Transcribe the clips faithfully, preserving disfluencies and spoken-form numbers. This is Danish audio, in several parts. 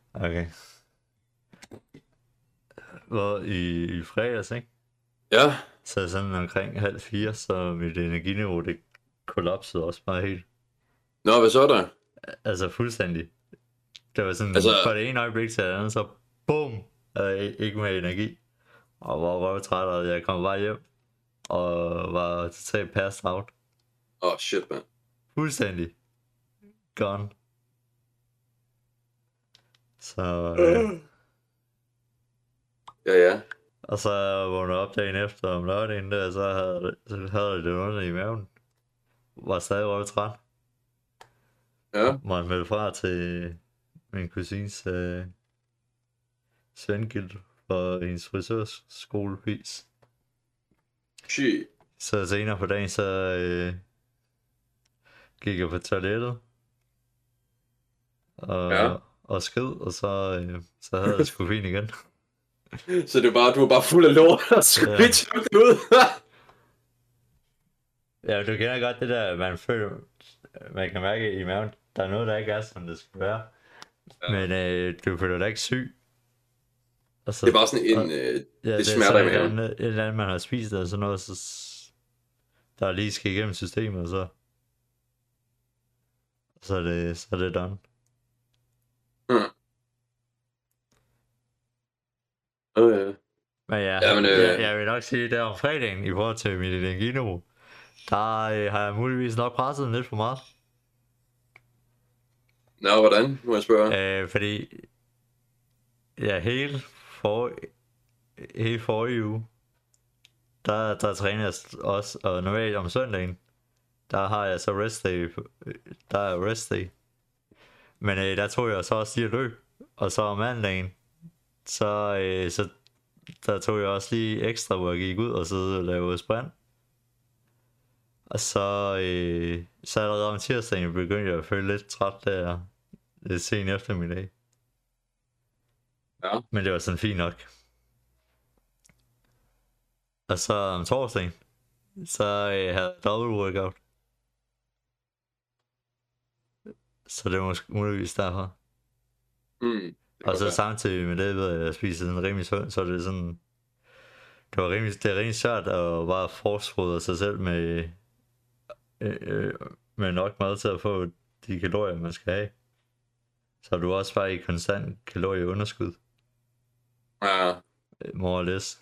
Okay. Hvor i, i fredags, ikke? Ja. Så sådan omkring halv fire, så mit energiniveau, det kollapsede også bare helt. Nå, hvad så der? Altså fuldstændig. Det var sådan, Altså, fra det ene øjeblik til det andet, så bum, øh, ikke mere energi. Og var røvtræt, og jeg kom bare hjem, og var totalt passed out. åh oh, shit, mand. Fuldstændig. Gone. Så, øh, Ja, ja. og så vågnede jeg op dagen efter om lørdagen der, så havde, så havde jeg det under i maven. Var stadig røvtræt. Ja. Måtte melde fra til min kusines øh, Svendgild for hendes frisørskolepris. Shit. Så senere på dagen, så øh, gik jeg på toilettet og, Ja. og skid, og så, øh, så havde jeg sgu fint igen. Så det var bare, du var bare fuld af lort, og skulle Ja. lige tømme det ud. Ja, du kender godt det der, man føler, man kan mærke i maven, der er noget, der ikke er, som det skal være. Ja. Men øh, du føler dig ikke syg. Og så, Det er bare sådan en, og, øh, ja, det det smerter i er sådan et maven. andet, et eller andet, man har spist, eller sådan noget, så, der er lige skal igennem systemet, og så, så er det, så er det done. Hmm. Øh. Men ja, Ja, men, øh... jeg, jeg vil nok sige, der om fredagen, i forhold til mit energiniveau, der øh, har jeg muligvis nok presset den lidt for meget. Nå, hvordan, må jeg spørge? Øh, fordi, ja, hele, for, hele forrige uge, der, der træner jeg også, og normalt om søndagen, der har jeg så rest day, der er rest day. Men øh, der tog jeg så også lige at løb, og så om mandagen, så, øh, så der tog jeg også lige ekstra, hvor jeg gik ud og sidde og lavede sprint. Og så, øh, så allerede om tirsdagen begyndte jeg at føle lidt træt der, lidt sen eftermiddag. Ja. Men det var sådan fint nok. Og så om torsdagen, så øh, havde jeg double workout. Så det var måske muligvis derfor. Mm, Og så samtidig med det ved jeg, at jeg spiser sådan rimelig sundt, så det er sådan, det var rimelig, det er rimelig svært at bare forfodre sig selv med, øh, øh, med nok mad til at få de kalorier, man skal have. Så du er også bare i konstant kalorieunderskud. Ja. More or less.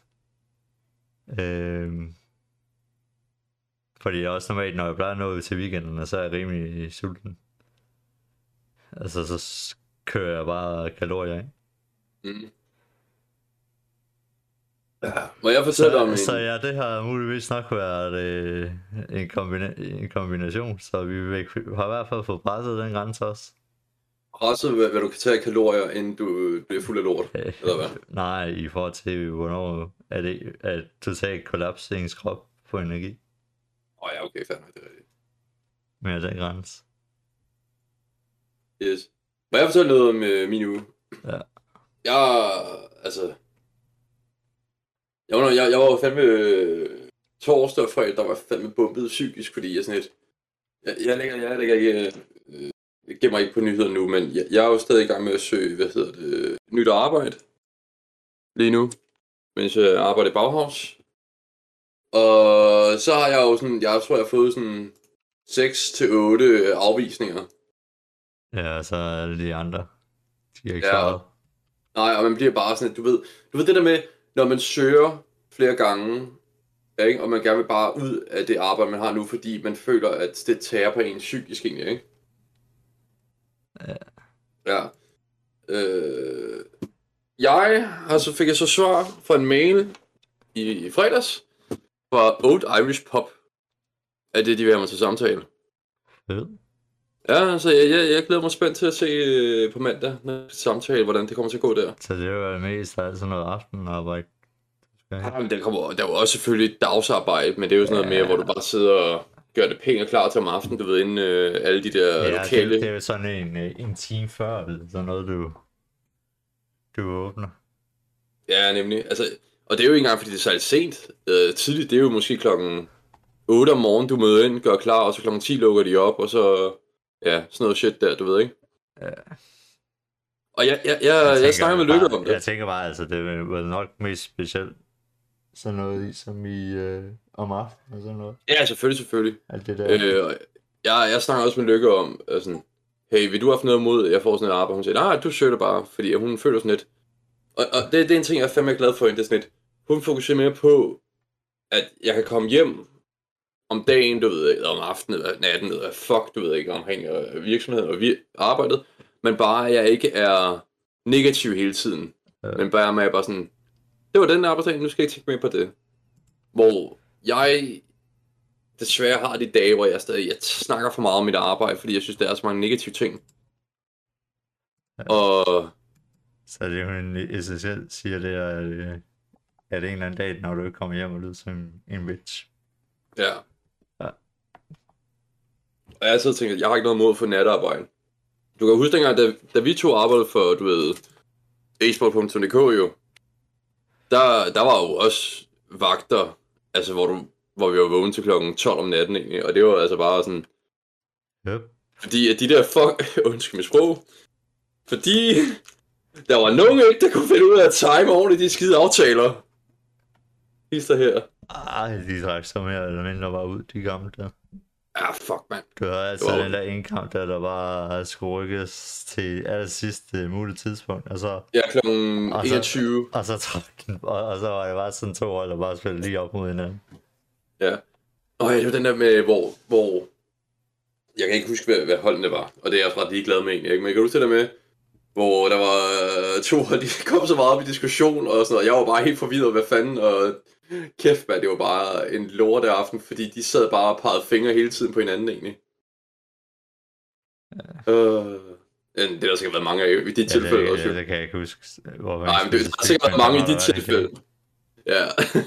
Øhm, fordi jeg også normalt, når jeg plejer at nå ud til weekenden, så er jeg rimelig sulten. Altså, så kører jeg bare kalorier ind. Mm. Ja. Må jeg fortælle så, om en... Så ja, det har muligvis nok været øh, en, kombina- en kombination, så vi har i hvert fald fået presset den grænse også. Presset, hvad, hvad du kan tage af kalorier, inden du bliver fuld af lort, eller hvad? Nej, i forhold til, hvornår er det at totalt kollaps i ens krop på energi. Åh oh, ja, okay, fandme, det er rigtigt. Med den grænse. Yes. Må jeg fortælle noget om øh, min uge? Ja. Jeg, altså... Jeg var, jeg, jeg var jo fandme... Øh, torsdag og fredag, der var fandme bumpet psykisk, fordi jeg sådan et... Jeg, jeg lægger, jeg lægger ikke... Øh, jeg gemmer ikke på nyheder nu, men jeg, jeg er jo stadig i gang med at søge, hvad hedder det... Nyt arbejde. Lige nu. Mens jeg arbejder i Bauhaus. Og så har jeg jo sådan... Jeg tror, jeg har fået sådan... seks til otte afvisninger. Ja, så alle de andre. De er ikke Ja. svaret. Nej, og man bliver bare sådan, du ved, du ved det der med, når man søger flere gange, ikke, og man gerne vil bare ud af det arbejde, man har nu, fordi man føler, at det tager på en psykisk egentlig, ikke? Ja. Ja. Øh, jeg har så fik jeg så svar fra en mail i, i fredags fra Old Irish Pub, at det de vil have mig til samtale. Fed. Ja, så jeg, jeg, jeg glæder mig spændt til at se øh, på mandag, når jeg skal samtale, hvordan det kommer til at gå der. Så det var mest af sådan noget aftenarbejde. Okay. Ja, men der, kommer, der er jo også selvfølgelig et dagsarbejde, men det er jo sådan noget mere, hvor du bare sidder og gør det pænt og klar til om aftenen, du ved, inden øh, alle de der Ja, lokale... det, det er jo sådan en, en time før, eller sådan noget, du, du åbner. Ja, nemlig. Altså, og det er jo ikke engang, fordi det er særligt sent. Øh, tidligt, det er jo måske klokken otte om morgenen, du møder ind, gør klar, og så klokken ti lukker de op, og så... Ja, sådan noget shit der, du ved, ikke? Ja. Og jeg, jeg, jeg, jeg, jeg snakker med Lykke bare, om det. Jeg tænker bare, altså, det er vel nok mest specielt sådan noget i, som i øh, om aftenen og sådan noget. Ja, selvfølgelig, selvfølgelig. Alt det der. Øh, jeg, jeg snakker også med Lykke om, øh, sådan, hey, vil du have noget mod, jeg får sådan et arbejde? Hun siger, nej, du søger det bare, fordi hun føler sådan lidt. Og, og det, det er en ting, jeg er fandme glad for hende, det er sådan lidt. Hun fokuserer mere på, at jeg kan komme hjem om dagen, du ved, eller om aftenen, eller natten, eller fuck, du ved ikke, omkring virksomheden og vi, arbejdet, men bare, at jeg ikke er negativ hele tiden. Ja. Men bare med, at jeg bare sådan, det var den arbejdsdag, nu skal jeg ikke tænke mere på det. Hvor jeg desværre har de dage, hvor jeg stadig jeg snakker for meget om mit arbejde, fordi jeg synes, der er så mange negative ting. Ja. Og... Så det hun essentielt siger, det er, at, at en eller anden dag, når du ikke kommer hjem og lyder som en bitch. Ja. Ja. Og jeg har altid tænkt, at jeg har ikke noget mod for natarbejde. Du kan huske dengang, da, da vi to arbejdede for, du ved, esport punktum d k jo, der, der var jo også vagter, altså hvor, du, hvor vi var vågne til klokken tolv om natten egentlig, og det var altså bare sådan, yep. Fordi at de der fuck, undskyld mit sprog, fordi der var nogen ikke, der kunne finde ud af at time ordentligt de skide aftaler. Hister her. Ej, de drak så mere eller mindre bare ud, de gamle der. Ja, fuck, mand. Du har altså wow. den der ene kamp, der, der bare skulle rykkes til aller sidste mulige tidspunkt, og så... Ja, klokken enogtyve. Og så trak den, og, og så var det bare sådan to hold, der bare spillede lige op mod hinanden. Ja. Og ja, det var den der med, hvor... hvor jeg kan ikke huske, hvad, hvad holdene var, og det er jeg også ret ligeglad med egentlig, ikke? Men jeg kan huske det der med, hvor der var øh, to hold, de kom så meget op i diskussion og sådan noget, jeg var bare helt forvirret, hvad fanden, og kæft, man, det var bare en lorte aften, fordi de sad bare og pegede fingre hele tiden på hinanden egentlig. Ja. Øh, det har der sikkert været mange af i de ja, tilfælde det, også. Ja, det kan jeg ikke huske. Hvor Nej, men det har sikkert været mange i de tilfælde. Ja.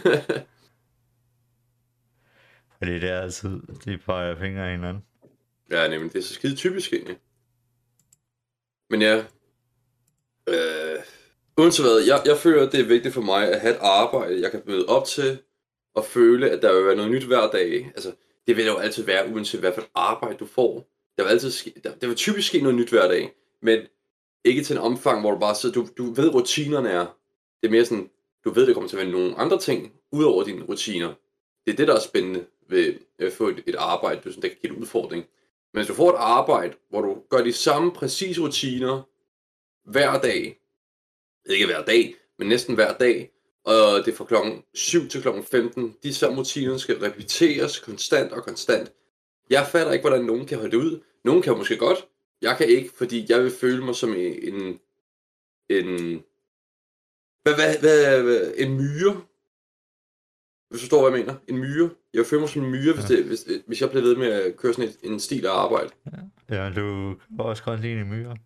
Fordi det er altid, de peger fingre af hinanden. Ja, nemlig, det er så skide typisk egentlig. Men ja, øh, uanset hvad, jeg, jeg føler, at det er vigtigt for mig at have et arbejde, jeg kan møde op til, og føle, at der vil være noget nyt hver dag. Altså, det vil jo altid være, uanset hvad for et arbejde du får. Der vil altid ske, der, der vil typisk ske noget nyt hver dag, men ikke til en omfang, hvor du bare sidder, du, du ved, rutinerne er. Det er mere sådan, du ved, det kommer til at være nogle andre ting, ud over dine rutiner. Det er det, der er spændende ved at få et, et arbejde, du sådan, der kan give en udfordring. Men hvis du får et arbejde, hvor du gør de samme præcise rutiner hver dag, ikke hver dag, men næsten hver dag, og det er fra klokken syv til klokken femten, de samme rutiner skal repeteres konstant og konstant. Jeg fatter ikke, hvordan nogen kan holde det ud. Nogen kan måske godt, jeg kan ikke, fordi jeg vil føle mig som en, en, hvad, hvad, hvad, hvad en myre. Hvis du forstår, hvad jeg mener. En myre. Jeg føler mig som en myre, hvis, det, hvis, hvis jeg bliver ved med at køre sådan et, en stil af arbejde. Ja, ja, du kan også godt lide en myre.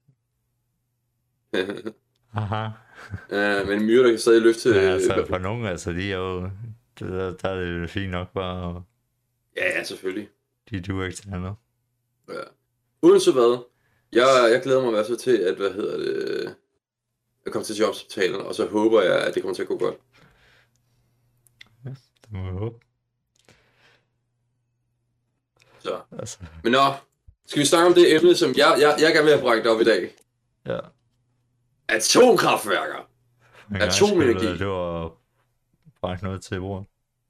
Aha. Ja, men en myre, der kan stadig løfte... Ja, altså for nogen, altså, de er jo... Der, der er det fint nok bare... Ja, ja, selvfølgelig. De duer ikke til andet. Ja. Uanset hvad, jeg, jeg glæder mig i hvert fald til, at, hvad hedder det... Jeg kommer til jobsamtalen, og så håber jeg, at det kommer til at gå godt. Ja, det må jeg håbe. Så. Altså. Men nå, skal vi snakke om det emne, som jeg, jeg, jeg gerne vil have bragt op i dag? Ja. Atomkraftværker. Atomenergi. Det var bragt noget til bordet.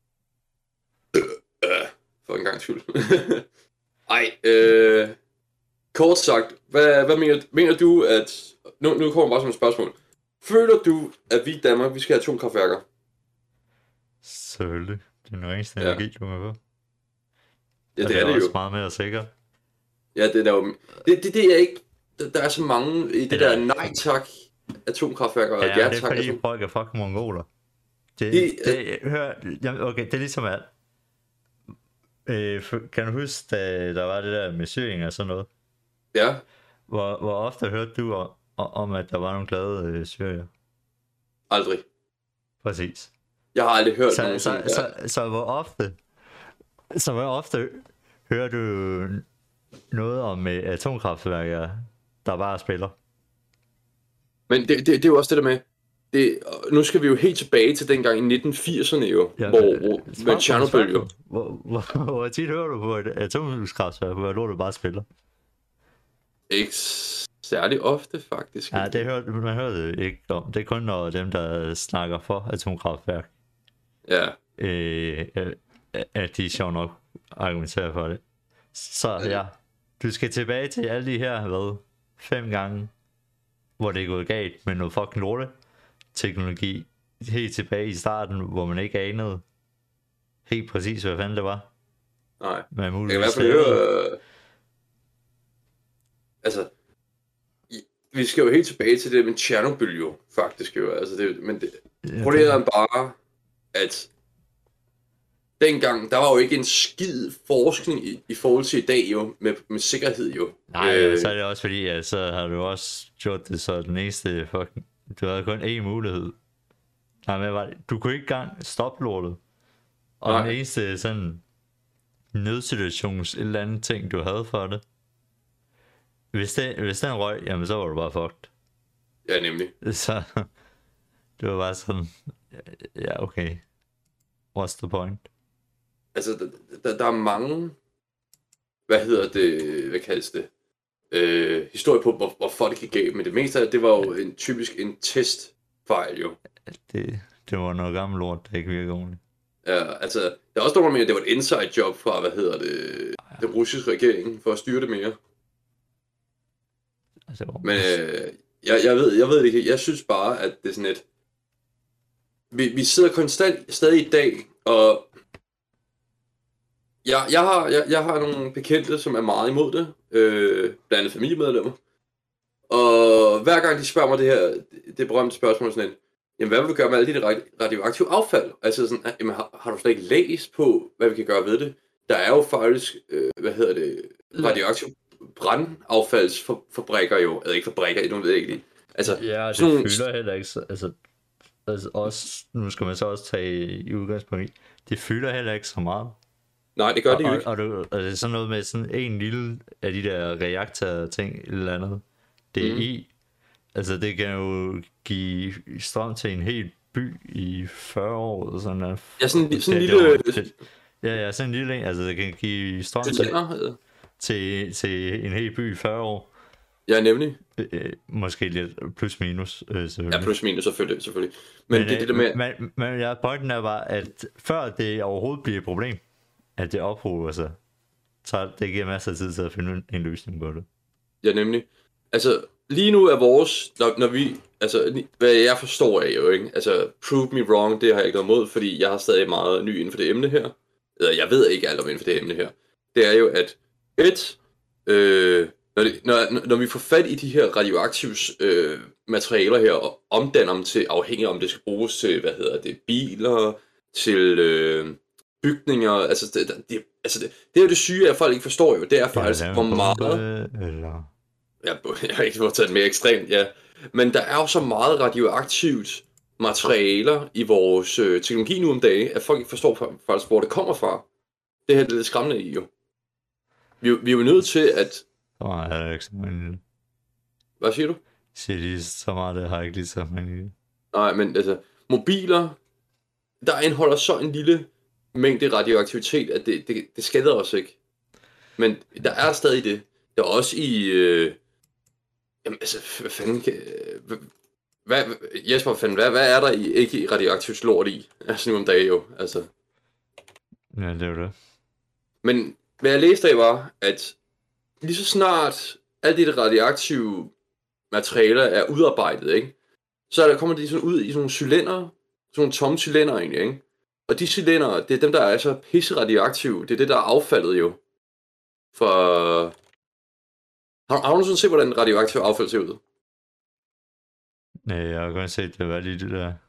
Øh, for en gang skyld. Ej, øh, kort sagt, hvad, hvad mener, mener du, at... Nu, nu kommer bare som et spørgsmål. Føler du, at vi i Danmark, vi skal have atomkraftværker? Selvfølgelig. Det er den eneste Ja. energi, du kan få. Ja, det, det er, er det også jo. meget mere sikker. Ja, det er der jo... Det, det, det er ikke... Der, der er så mange i det det der er... nej tak atomkraftværker og ja, ja det er tak. fordi Atom... folk er fucking mongoler. Det, det, det, hør, jamen, okay, det er ligesom alt. Øh, kan du huske, da der var det der med Syrien og sådan noget? Ja. Hvor, hvor ofte hørte du om, om at der var nogle glade øh, syrier? Aldrig. Præcis. Jeg har aldrig hørt så, nogen så, sådan, så, ja. så, så hvor ofte så hvor ofte hører du noget om øh, atomkraftværker, der bare spiller? Men det, det, det er jo også det der med, det, nu skal vi jo helt tilbage til dengang i nitten firserne jo, Ja, hvor, hvor med Tjernobyl jo. Hvor, hvor, hvor tit hører du på et atomkraftværk, hvor lort du bare spiller? Ikke særlig ofte, faktisk. Ja, det hørte, man hører det ikke om. Det er kun når dem, der snakker for atomkraftværk, Ja. øh, øh, at de sjovt nok argumenterer for det. Så ja, du skal tilbage til alle de her, hvad, fem gange, hvor det er gået galt med noget fucking lorte teknologi. Helt tilbage i starten, hvor man ikke anede helt præcis, hvad fanden det var. Nej. Man Jeg kan i muligvis hvert fald høre... Øh, altså... I, vi skal jo helt tilbage til det med Tjernobyl jo, faktisk jo. Altså det, men det, problemet er bare, at dengang, der var jo ikke en skid forskning i, i forhold til i dag jo, med, med sikkerhed jo. Nej, øh, så er det også fordi, at så har du også gjort det så den eneste fucking... Du havde kun én mulighed. Nej, men var, du kunne ikke engang stoppe lortet. Og Nej. Den eneste sådan nødsituations et eller andet ting, du havde for det. Hvis, det, hvis den røg, jamen så var du bare fucked. Ja, nemlig. Så det var bare sådan, ja okay. What's the point? Altså, der, der, der er mange, hvad hedder det, hvad kaldes det, øh, historie på, hvor, hvorfor det gik galt. Men det meste af det, det var jo en, typisk en testfejl jo. Det, det var noget gammelt lort, der ikke virker ordentligt. Ja, altså, der er også noget med, at det var et inside job fra, hvad hedder det, den russiske regering, for at styre det mere. Altså, Men øh, jeg, jeg, ved, jeg ved det ikke, jeg synes bare, at det er sådan et, vi, vi sidder konstant stadig i dag, og jeg, jeg, har, jeg, jeg har nogle bekendte, som er meget imod det, øh, blandt andet familiemedlemmer, og hver gang de spørger mig det her, det berømte spørgsmål sådan et, jamen hvad vil du gøre med alle de radioaktive affald? Altså sådan, jamen har, har du slet ikke læst på, hvad vi kan gøre ved det? Der er jo faktisk, øh, hvad hedder det, radioaktive brandaffaldsfabrikker jo, eller ikke fabrikker, nogen ved ikke det. Altså, ja, det sådan fylder heller ikke, så, altså, altså også, nu skal man så også tage i udgangspunkt i, det fylder heller ikke så meget. Nej, det gør og, det jo ikke. Og, og, og, og det er sådan noget med sådan en lille af de der reaktorer ting eller andet, det er mm. i, altså det kan jo give strøm til en hel by i fyrre år eller sådan noget. Ja, sådan, sådan en lille... Det, ja, ja, sådan en lille, altså det kan give strøm til, til, til en hel by i fyrre år. Ja, nemlig. Øh, måske lidt plus minus, øh, selvfølgelig. Ja, plus minus selvfølgelig, selvfølgelig. Men, men det er det der med... Men, men ja, pointen er bare, at før det overhovedet bliver et problem, at det ophober sig, så det giver masser af tid til at finde en løsning på det. Ja, nemlig. Altså, lige nu er vores, når, når vi, altså, hvad jeg forstår af jo, ikke? Altså, prove me wrong, det har jeg ikke noget mod, fordi jeg har stadig meget ny inden for det emne her. Eller, jeg ved ikke alt om inden for det emne her. Det er jo, at et, øh, når, det, når, når vi får fat i de her radioaktive øh, materialer her, og omdanner dem til, afhængig om det skal bruges til, hvad hedder det, biler, til øh, bygninger, altså, det, det, altså det, det er jo det syge, at folk ikke forstår jo, det er faktisk, ja, hvor meget... Eller... Ja, jeg har ikke fået taget mere ekstremt, ja. Men der er jo så meget radioaktivt materialer i vores øh, teknologi nu om dagen, at folk ikke forstår faktisk, hvor det kommer fra. Det her det er lidt skræmmende i jo. Vi, vi er jo nødt til at... Så meget er det ikke så mange. Hvad siger du? Siger de, så meget det har jeg ikke lige så mange. Nej, men altså, mobiler, der indeholder så en lille mængde radioaktivitet, at det, det, det skader os ikke. Men der er stadig det. Der er også i... Øh, Jamen altså, hvad fanden kan... Hvad, Jesper, hvad, hvad, hvad er der i, ikke i radioaktivt lort i? Altså nu om dagen jo, altså. Ja, det er det. Men hvad jeg læste af var, at lige så snart alt det radioaktive materialer er udarbejdet, ikke? Så der kommer de sådan ud i sådan nogle cylinder, sådan nogle tomme cylinder egentlig, ikke? Og de cylinder, det er dem, der er så pisse radioaktive. Det er det, der er affaldet jo. For... Har, har du sådan set, hvordan radioaktiv affald ser ud? Nej, jeg har godt set, det var lige det der...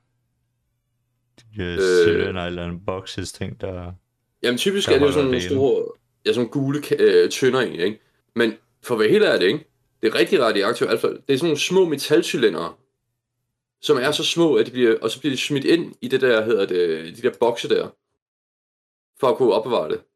De der øh, cylinder eller en boxes ting, der... Jamen typisk der er det jo sådan nogle store... Ja, sådan gule øh, tønder egentlig, ikke? Men for hvad helt er det, ikke? Det er rigtig radioaktivt affald. Det er sådan nogle små metalcylindere, som er så små, at de bliver... Og så bliver de smidt ind i det der, hedder det... De der bokse der. For at kunne opbevare det.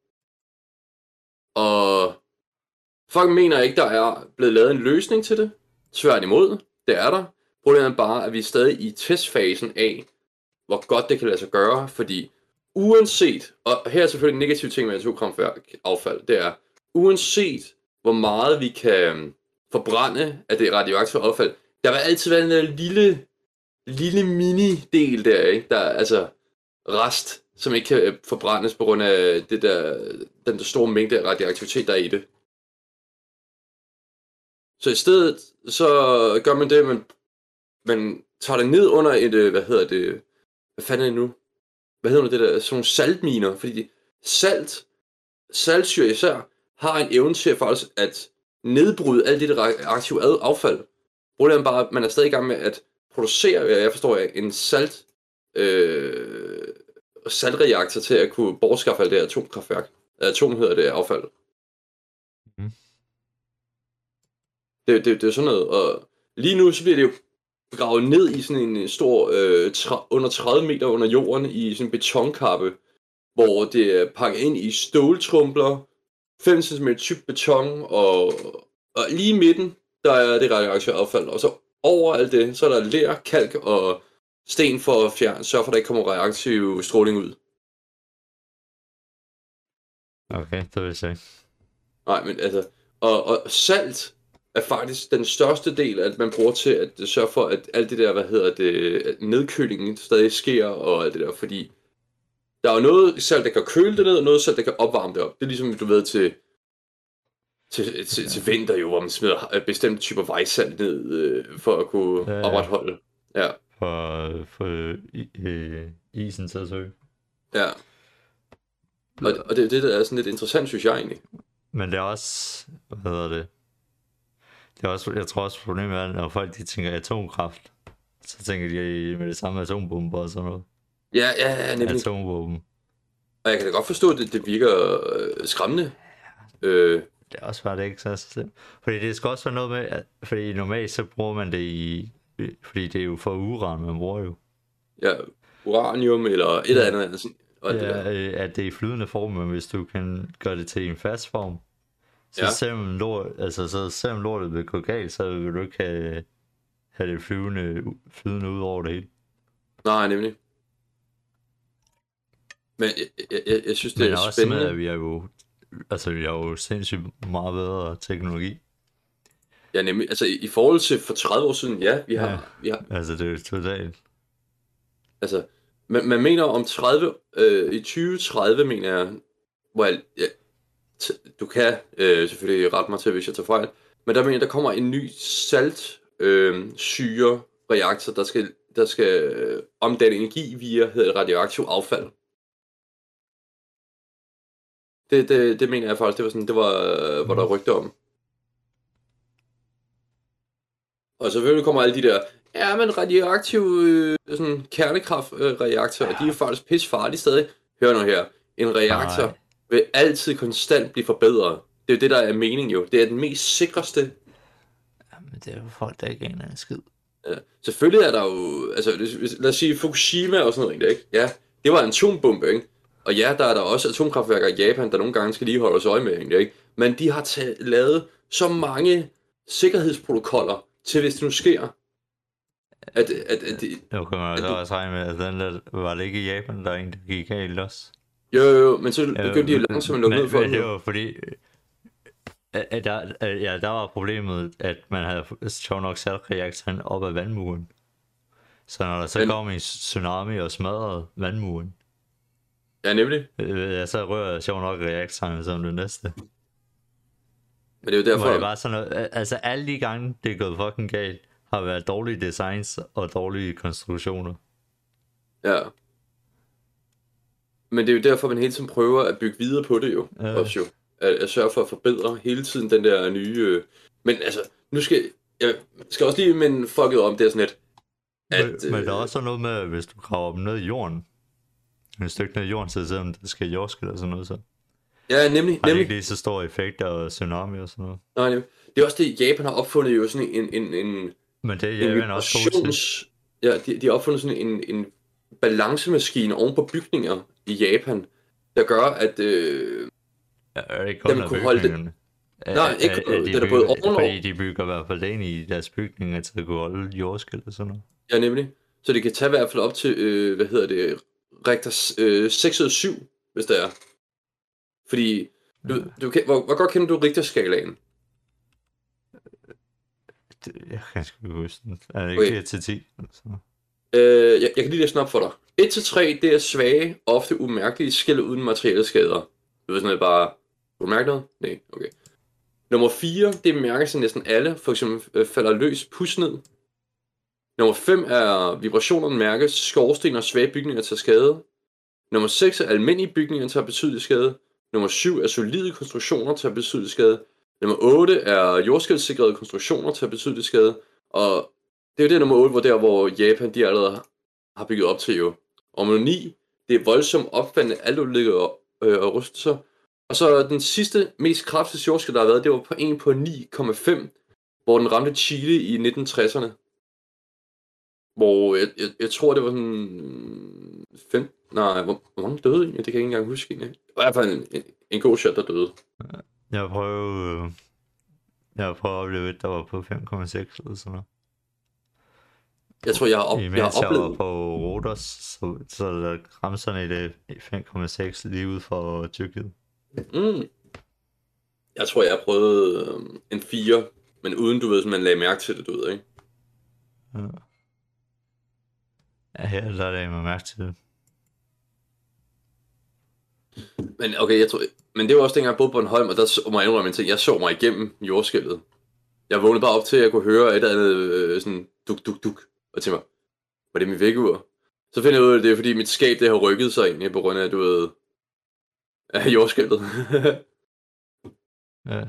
Og... Folk mener ikke, der er blevet lavet en løsning til det. Svært imod, det er der. Problemet er bare, at vi er stadig i testfasen af, hvor godt det kan lade sig gøre, fordi uanset, og her er selvfølgelig en negativ ting med atomkraftaffald, det er, uanset hvor meget vi kan forbrænde af det radioaktive affald. Der vil altid være en der lille, lille mini-del der, ikke? Der er altså rest, som ikke kan forbrændes på grund af det der, den der store mængde af radioaktivitet, der er i det. Så i stedet, så gør man det, at man, man tager det ned under et, hvad hedder det, hvad fanden er det nu? Hvad hedder det der, sådan nogle saltminer, fordi salt, saltsyre især, har en evne til faktisk at nedbryde alt det der aktive affald. Problemet er bare, at man er stadig i gang med at producere, jeg forstår ikke, en salt, øh, saltreaktor til at kunne bortskaffe alt det atomkraftværk. Atom hedder det affald. Mm. Det, det, det er sådan noget, og lige nu så bliver det jo gravet ned i sådan en stor, øh, tra- under tredive meter under jorden i sådan en betonkappe, hvor det er pakket ind i ståltrumpler, fem centimeter tyk beton, og, og lige i midten, der er det radioaktive affald, og så over alt det, så er der ler, kalk og sten for at fjerne, sørge for, at der ikke kommer radioaktiv stråling ud. Okay, det vil jeg sige. Nej, men altså, og, og salt er faktisk den største del, at man bruger til at sørge for, at alt det der, hvad hedder det, nedkølingen stadig sker, og alt det der, fordi der er jo noget salt, der kan køle det ned, og noget salt, der kan opvarme det op. Det er ligesom, du ved, til, til, til, til vinter jo, hvor man smider bestemte typer vejsalt ned, øh, for at kunne Ja, ja. opretholde. Ja, For, for i, øh, isen til at søge. ja. Og, og det, det der er sådan lidt interessant, synes jeg egentlig. Men det er også, hvad hedder det? Det er også, jeg tror også problemet er, når folk de tænker atomkraft, så tænker de med det samme atombomber og sådan noget. Ja, ja, ja, nemlig. Atomvåben. Og jeg kan da godt forstå, at det, det virker øh, skræmmende. Øh, Det er også bare det ikke så slemt. Fordi det skal også være noget med, at, fordi normalt så bruger man det i, fordi det er jo for uran, man bruger jo. ja, uranium eller et eller andet. andet sådan, og det Ja, der. øh, at det er i flydende form, men hvis du kan gøre det til en fast form, så Ja. selvom lort, altså så selvom lortet vil gå galt, så vil du ikke have, have det flyvende, flydende ud over det hele. Nej, nemlig. Men jeg, jeg, jeg, jeg synes, det Men er også spændende. med, at vi har jo, altså vi har jo sindssygt meget bedre teknologi. Ja, nemlig. Altså i, i forhold til for tredive år siden, ja, vi har, Ja. vi har Altså det er jo totalt. altså, man, man mener om tredive, øh, i tyve tredive mener jeg, hvor jeg, ja, t- du kan øh, selvfølgelig rette mig til, hvis jeg tager fejl, men der mener jeg, der kommer en ny salt øh, syre reaktor, der skal, der skal øh, omdanne energi via hedder det, radioaktiv affald. Det, det, det mener jeg faktisk, det var sådan, det var, øh, hvor der rygte om. Og selvfølgelig kommer alle de der, ja, men radioaktive øh, sådan kernekraftreaktorer, øh, de er jo faktisk pisse farlige stadig. Hør nu her, en reaktor Nej. vil altid konstant blive forbedret. Det er jo det, der er meningen jo. Det er den mest sikreste. Jamen det er jo folk, der ikke aner en skid. Ja. Selvfølgelig er der jo, altså hvis- lad os sige Fukushima og sådan noget, ikke? Ja, det var en atombombe, ikke? Og ja, der er der også atomkraftværker i Japan, der nogle gange skal lige holde os øje med, ikke? Men de har taget, lavet så mange sikkerhedsprotokoller til, hvis det nu sker. At, at, at, de, Nu kan man jo at så du- også regne med, at den der, var det ikke i Japan, der er en, der gik galt også? jo, jo, jo, men så begyndte de jo langsomt at lukke men, ned for men det det. var fordi, at, at der, at, ja, der var problemet, at man havde sjovt nok sat reaktoren op ad vandmuren. Så når der så Men- kom en tsunami og smadrede vandmuren, Ja, nemlig. øh, ja, så rører sjovt nok reaktoren som det næste. Men det er jo Derfor... derfor, Det var sådan noget, altså alle de gange, det er gået fucking galt, har været dårlige designs og dårlige konstruktioner. ja. Men det er jo derfor, man hele tiden prøver at bygge videre på det jo. Ja. Også jo. At, at sørge for at forbedre hele tiden den der nye... Øh... Men altså, nu skal jeg skal også lige minde folket om, det er sådan lidt... At, At, men, men der er øh, også noget med, at hvis du graver dem ned i jorden, et stykke ned i jorden, så selvom der skal jordskælv og sådan noget, så Ja, nemlig. har det nemlig. ikke lige så stor effekt af tsunami og sådan noget. Nej, nemlig. Det er også det, Japan har opfundet jo sådan en... en, en Men det er en Japan også god til. vibrations... Ja, de, de har opfundet sådan en, en balancemaskine oven på bygninger i Japan, der gør, at... Øh... Ja, er det ikke kun Jamen, af kunne holde det- bygningerne? Er- Nej, er- ikke- er- er de det er da både bygger- ovenover- Fordi de bygger i hvert fald det ind i deres bygninger til at kunne holde jordskælv og sådan noget. Ja, nemlig. Så det kan tage i hvert fald op til, øh, hvad hedder det, Richter øh, seks ud af syv, hvis det er. Fordi, du, du kan, hvor, hvor godt kender du Richter-skalaen? Det, jeg kan sgu ikke huske den. Er det ikke Okay. fire til ti? Altså. Øh, jeg, jeg kan lige læse den op for dig. et til tre, det er svage, ofte umærkelige skæld uden materielle skader. Det er sådan noget bare... Kunne du mærke noget? Nej, okay. Nummer fire, det mærker sig næsten alle. For eksempel øh, falder løs pus ned. Nummer fem er vibrationerne mærkes. Skorsten og svage bygninger tager skade. Nummer seks er almindelige bygninger tager betydelig skade. Nummer syv er solide konstruktioner tager betydelig skade. Nummer otte er jordskælvssikrede konstruktioner tager betydelig skade. Og det er jo det nummer otte, hvor der hvor Japan de allerede har bygget op til jo. Og nummer ni, det er voldsomt opfandende altudlægget og, øh, og rystelser. Og så den sidste, mest kraftige jordskælv, der har været, det var på en på ni komma fem, hvor den ramte Chile i nitten tresserne. Hvor jeg, jeg, jeg tror, det var sådan fem... Nej, hvor, hvor mange døde egentlig? Det kan jeg ikke engang huske egentlig. I hvert fald en, en, en god shot, der døde. Jeg prøver... øh, Jeg prøver at opleve et, der var på fem komma seks eller sådan noget. Jeg tror, jeg har, op, Imens jeg har jeg var oplevet... på Rodos, så, så der grænserne i det fem komma seks lige ud for Tyrkiet. Mm. Jeg tror, jeg har prøvet øh, en fire, men uden du ved, at man lagde mærke til det, du ved, ikke? Ja. Ja, her der lagde man mærke til det. Men okay, jeg tror... Men det var også dengang, jeg boede på Bornholm, og der så- må jeg indrømme en ting. Jeg så mig igennem jordskælvet. Jeg vågnede bare op til, at jeg kunne høre et eller andet øh, sådan duk, duk, duk. Og til mig, var det mit vækkeur? Så finder jeg ud af, at det er fordi mit skab, det har rykket sig egentlig, på grund af, du ved, af jordskælvet. Ja.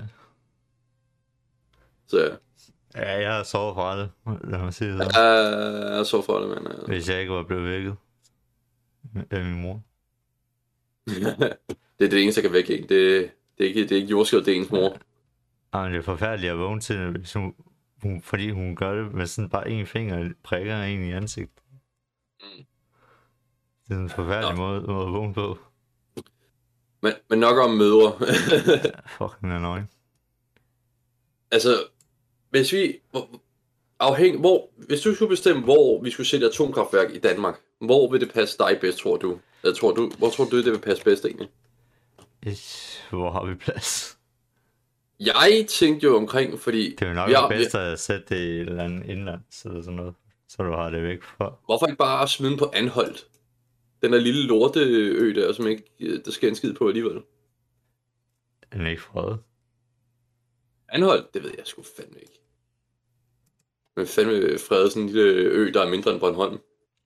Så ja, Ja, jeg har sovet fra det, lad mig sige det. jeg er så for det, men... Uh... Hvis jeg ikke var blevet vækket af min mor. det er det eneste, jeg kan vække en. Det, det, er ikke, det er ikke jordskælvet, det er ens mor. Jamen, det er forfærdeligt at vågne til, hvis hun, hun, fordi hun gør det med sådan bare en finger prikker en i ansigtet. Mm. Det er en forfærdelig måde, måde at vågne på. Men, men nok om mødre. Fucking annoying. Altså, hvis vi... Hvor, afhæng, hvor, hvis du skulle bestemme, hvor vi skulle sætte atomkraftværk i Danmark, hvor vil det passe dig bedst, tror du? Jeg tror, du hvor tror du, det vil passe bedst egentlig? Ish, hvor har vi plads? Jeg tænkte jo omkring, fordi... Det er jo nok vi ja, har, bedst vi, at sætte det i et eller andet indlands eller sådan noget, så du har det væk fra. hvorfor ikke bare smide den på Anholt? Den der lille lorteø der, som ikke, der skal en skid på alligevel. Den er ikke fredet. Anholt, det ved jeg sgu fandme ikke. Men fandme frede sådan en lille ø, der er mindre end Bornholm.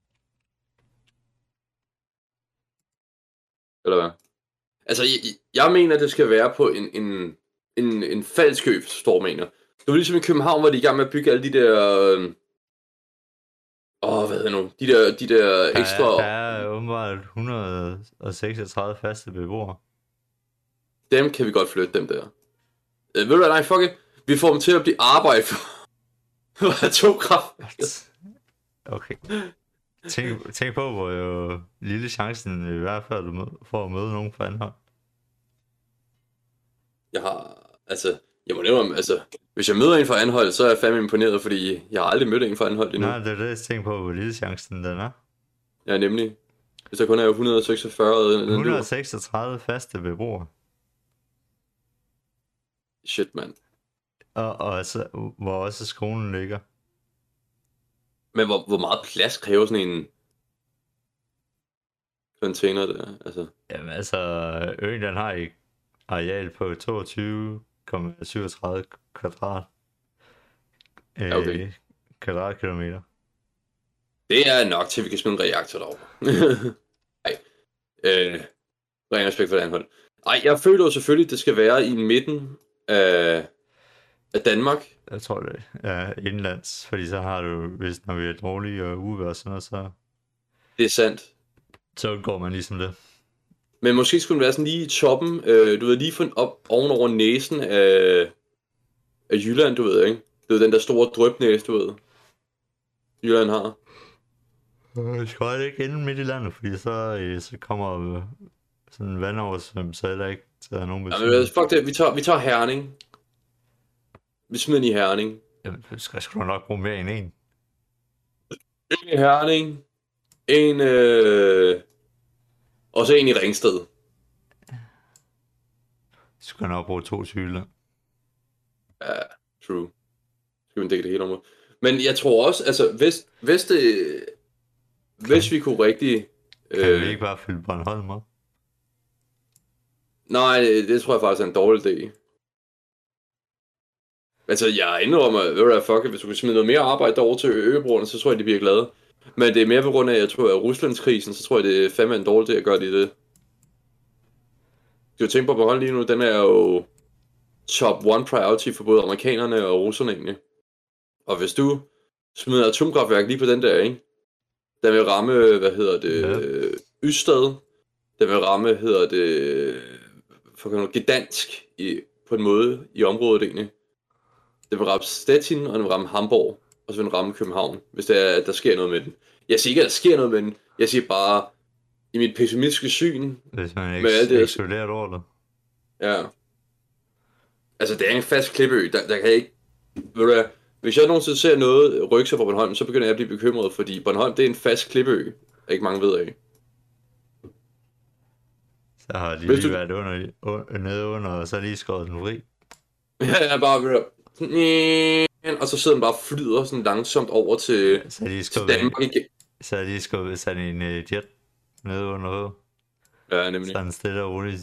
Eller hvad? Altså, jeg, jeg mener, det skal være på en, en, en, en falsk ø, står mener. Det var ligesom i København, hvor de er i gang med at bygge alle de der... Øh, åh, hvad hedder nu? De der, de der ekstra... Der er, der er åbenbart et hundrede og seksogtredive faste beboere. Dem kan vi godt flytte, dem der. Øh, ved du hvad, nej, fuck it. Vi får dem til at blive arbejde for, for atomkraft. Okay. Tænk, tænk på, hvor jo lille chancen i hvert fald du for at møde nogen fra Anholt. Jeg har, altså, jeg må nævne, altså, hvis jeg møder en fra Anholt, så er jeg fandme imponeret, fordi jeg har aldrig mødt en fra Anholt endnu. Nej, det er det, jeg tænker på, hvor lille chancen den er. Ja, nemlig. Hvis der kun er et hundrede og seksogfyrre... et hundrede og seksogtredive faste beboere. Shit, mand. Og, og altså, hvor også skolen ligger. Men hvor, hvor meget plads kræver sådan en container der? Altså, Jamen altså, øen den har et areal på toogtyve komma syvogtredive kvadrat. Øh, okay. Kvadratkilometer. det er nok til, at vi kan smide en reaktor derovre. Nej. Øh, ren respekt for det Anholt. Ej, jeg føler jo selvfølgelig, at det skal være i midten af, af Danmark. Jeg tror det er indlands, fordi så har du, hvis når vi er dårlige og uvejr og sådan noget, så, Det er sandt. så går man ligesom det. Men måske skulle den være sådan lige i toppen, øh, du ved, lige for op ovenover næsen af, af Jylland, du ved, ikke? Det er den der store drøbnæse, du ved, Jylland har. Jeg skal holde ikke inde midt i landet, fordi så, øh, så kommer øh, sådan en vandoversvømmelse heller ikke til at have nogen Ja, betydning. men fuck det, vi tager, vi tager Herning. Vi smider den i Herning. Jamen, det skal sgu da nok bruge mere end en. En i Herning. En, øh... og så en i Ringsted. Så skal nok bruge to cykler. Ja, true. jo en del af det hele område. Men jeg tror også, altså, hvis, hvis det... Hvis vi kunne rigtig... Kan øh, vi ikke bare fylde Bornholm op? Nej, det tror jeg faktisk er en dårlig idé. Altså, jeg indrømmer, ved du hvad, fuck it, hvis du kan smide noget mere arbejde derover til øgebrugerne, så tror jeg, de bliver glade. Men det er mere på grund af, at jeg tror, at Ruslandskrisen, så tror jeg, det er fandme en dårlig idé at gøre det i det. Du tænker på Bornholm lige nu, den er jo top one priority for både amerikanerne og russerne egentlig. Og hvis du smider atomkraftværk lige på den der, ikke? Den vil ramme, hvad hedder det, ja. Ystad. Den vil ramme, hedder det, for kan du Gdansk i, på en måde i området egentlig. Den vil ramme Stettin, og den vil ramme Hamburg, og så vil den ramme København, hvis det er, at der sker noget med den. Jeg siger ikke, at der sker noget med den. Jeg siger bare, i mit pessimistiske syn, hvis man ikke med ekskluderer over det. Ja. Altså, det er en fast klippeø, der, der kan ikke... Ved du hvad, hvis jeg nogensinde ser noget rykke sig fra Bornholm, så begynder jeg at blive bekymret, fordi Bornholm, det er en fast klippeø, ikke mange ved af. Så har de hvis lige du... været under, under, nede under, og så lige skåret den fri. Ja, jeg bare ved du... Og så sidder den bare og flyder sådan langsomt over til, så de til Danmark igen. Så er de skubbet sådan en uh, jet nede under hovedet. Ja, nemlig. Sådan stille og roligt.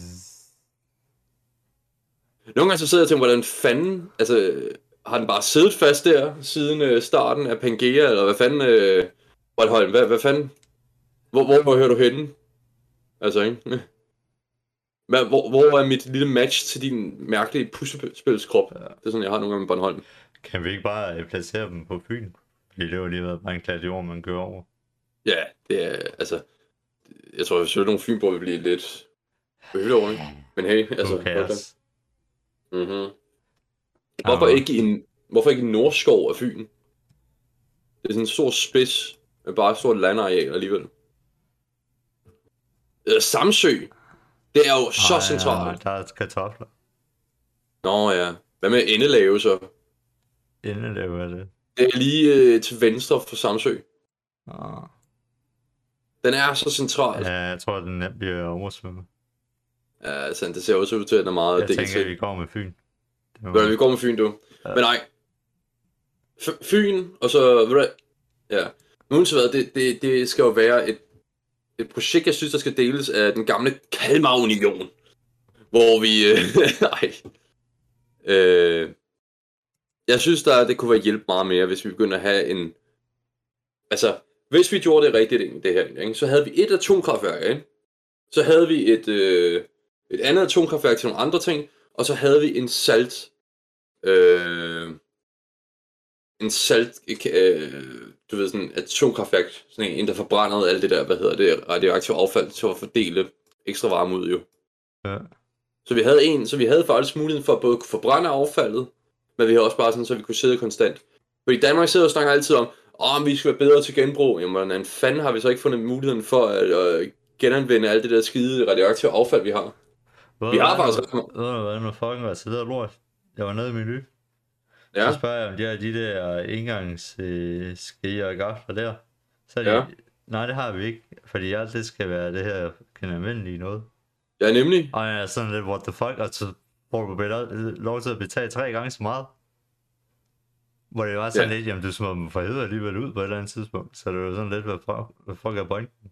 Nogle gange så sidder jeg og tænker, hvordan fanden, altså, har den bare siddet fast der, siden øh, starten af Pangea, eller hvad fanden, øh, Bornholm, hvad, hvad fanden, hvor, hvor, hvor hører du henne? Altså, ikke? Men, hvor, hvor er mit lille match til din mærkelige puslespilskrop? Ja. Det er sådan, jeg har nogle gange med Bornholm. Kan vi ikke bare placere dem på Fyn? Fordi det var lige været bare en klat jord, man kører over. Ja, det er, altså, jeg tror, at selvfølgelig nogle Fynborg vil blive lidt behøvet over, ikke? Men hey, altså, okay. Mhm. Hvorfor ikke i en, hvorfor ikke i Nordskov af Fyn? Det er sådan en stor spids med bare et stort landareal alligevel. Eller Samsø. Det er jo så Ej, centralt. Ja, der er kartofler. Nå ja. Hvad med Endelave så? Endelave er det. Det er lige øh, til venstre for Samsø. Ah. Den er så central. Ja, jeg tror, den nemt bliver oversvømmet. Ja, altså, det ser også ud til, at den er meget... Jeg tænker, at vi går med Fyn. Var... Ja, vi går med Fyn, du. Ja. Men nej. F- Fyn, og så... Ja. Nu så hvad, det, det, det skal jo være et, et projekt, jeg synes, der skal deles af den gamle Kalmar-union. Hvor vi... Øh, nej. Øh, jeg synes, der det kunne være hjælp meget mere, hvis vi begynder at have en... Altså, hvis vi gjorde det rigtigt, det her, ikke? Så havde vi et atomkraftværk, ikke? Så havde vi et, øh, et andet atomkraftværk til nogle andre ting, og så havde vi en salt... Øh, en salt... Øh, du ved, sådan et atomkraftværk, sådan en, der forbrændede alt det der, hvad hedder det, radioaktive affald, til at fordele ekstra varme ud, jo. Ja. Så vi havde en, så vi havde faktisk muligheden for at både kunne forbrænde affaldet, men vi havde også bare sådan, så vi kunne sidde konstant. Fordi Danmark sidder og snakker altid om, åh, oh, vi skal være bedre til genbrug. Jamen, hvordan fanden har vi så ikke fundet muligheden for at øh, genanvende alt det der skide radioaktive affald, vi har? Ved vi har faktisk... Ved du hvad, når fucking var så der lort? Jeg var nede i menu. Ja. Så spørger jeg, om de har de der engangs øh, skeer og gafler der. Så er de, ja. Nej, det har vi ikke, fordi alt det skal være det her genanvendelige noget. Ja, nemlig. Og jeg er sådan lidt, what the fuck, og så får du lov til at betale tre gange så meget. Hvor det var sådan ja. lidt, jamen du smider dem for helvede alligevel ud på et eller andet tidspunkt. Så det var sådan lidt, hvad fuck, hvad fuck er pointen?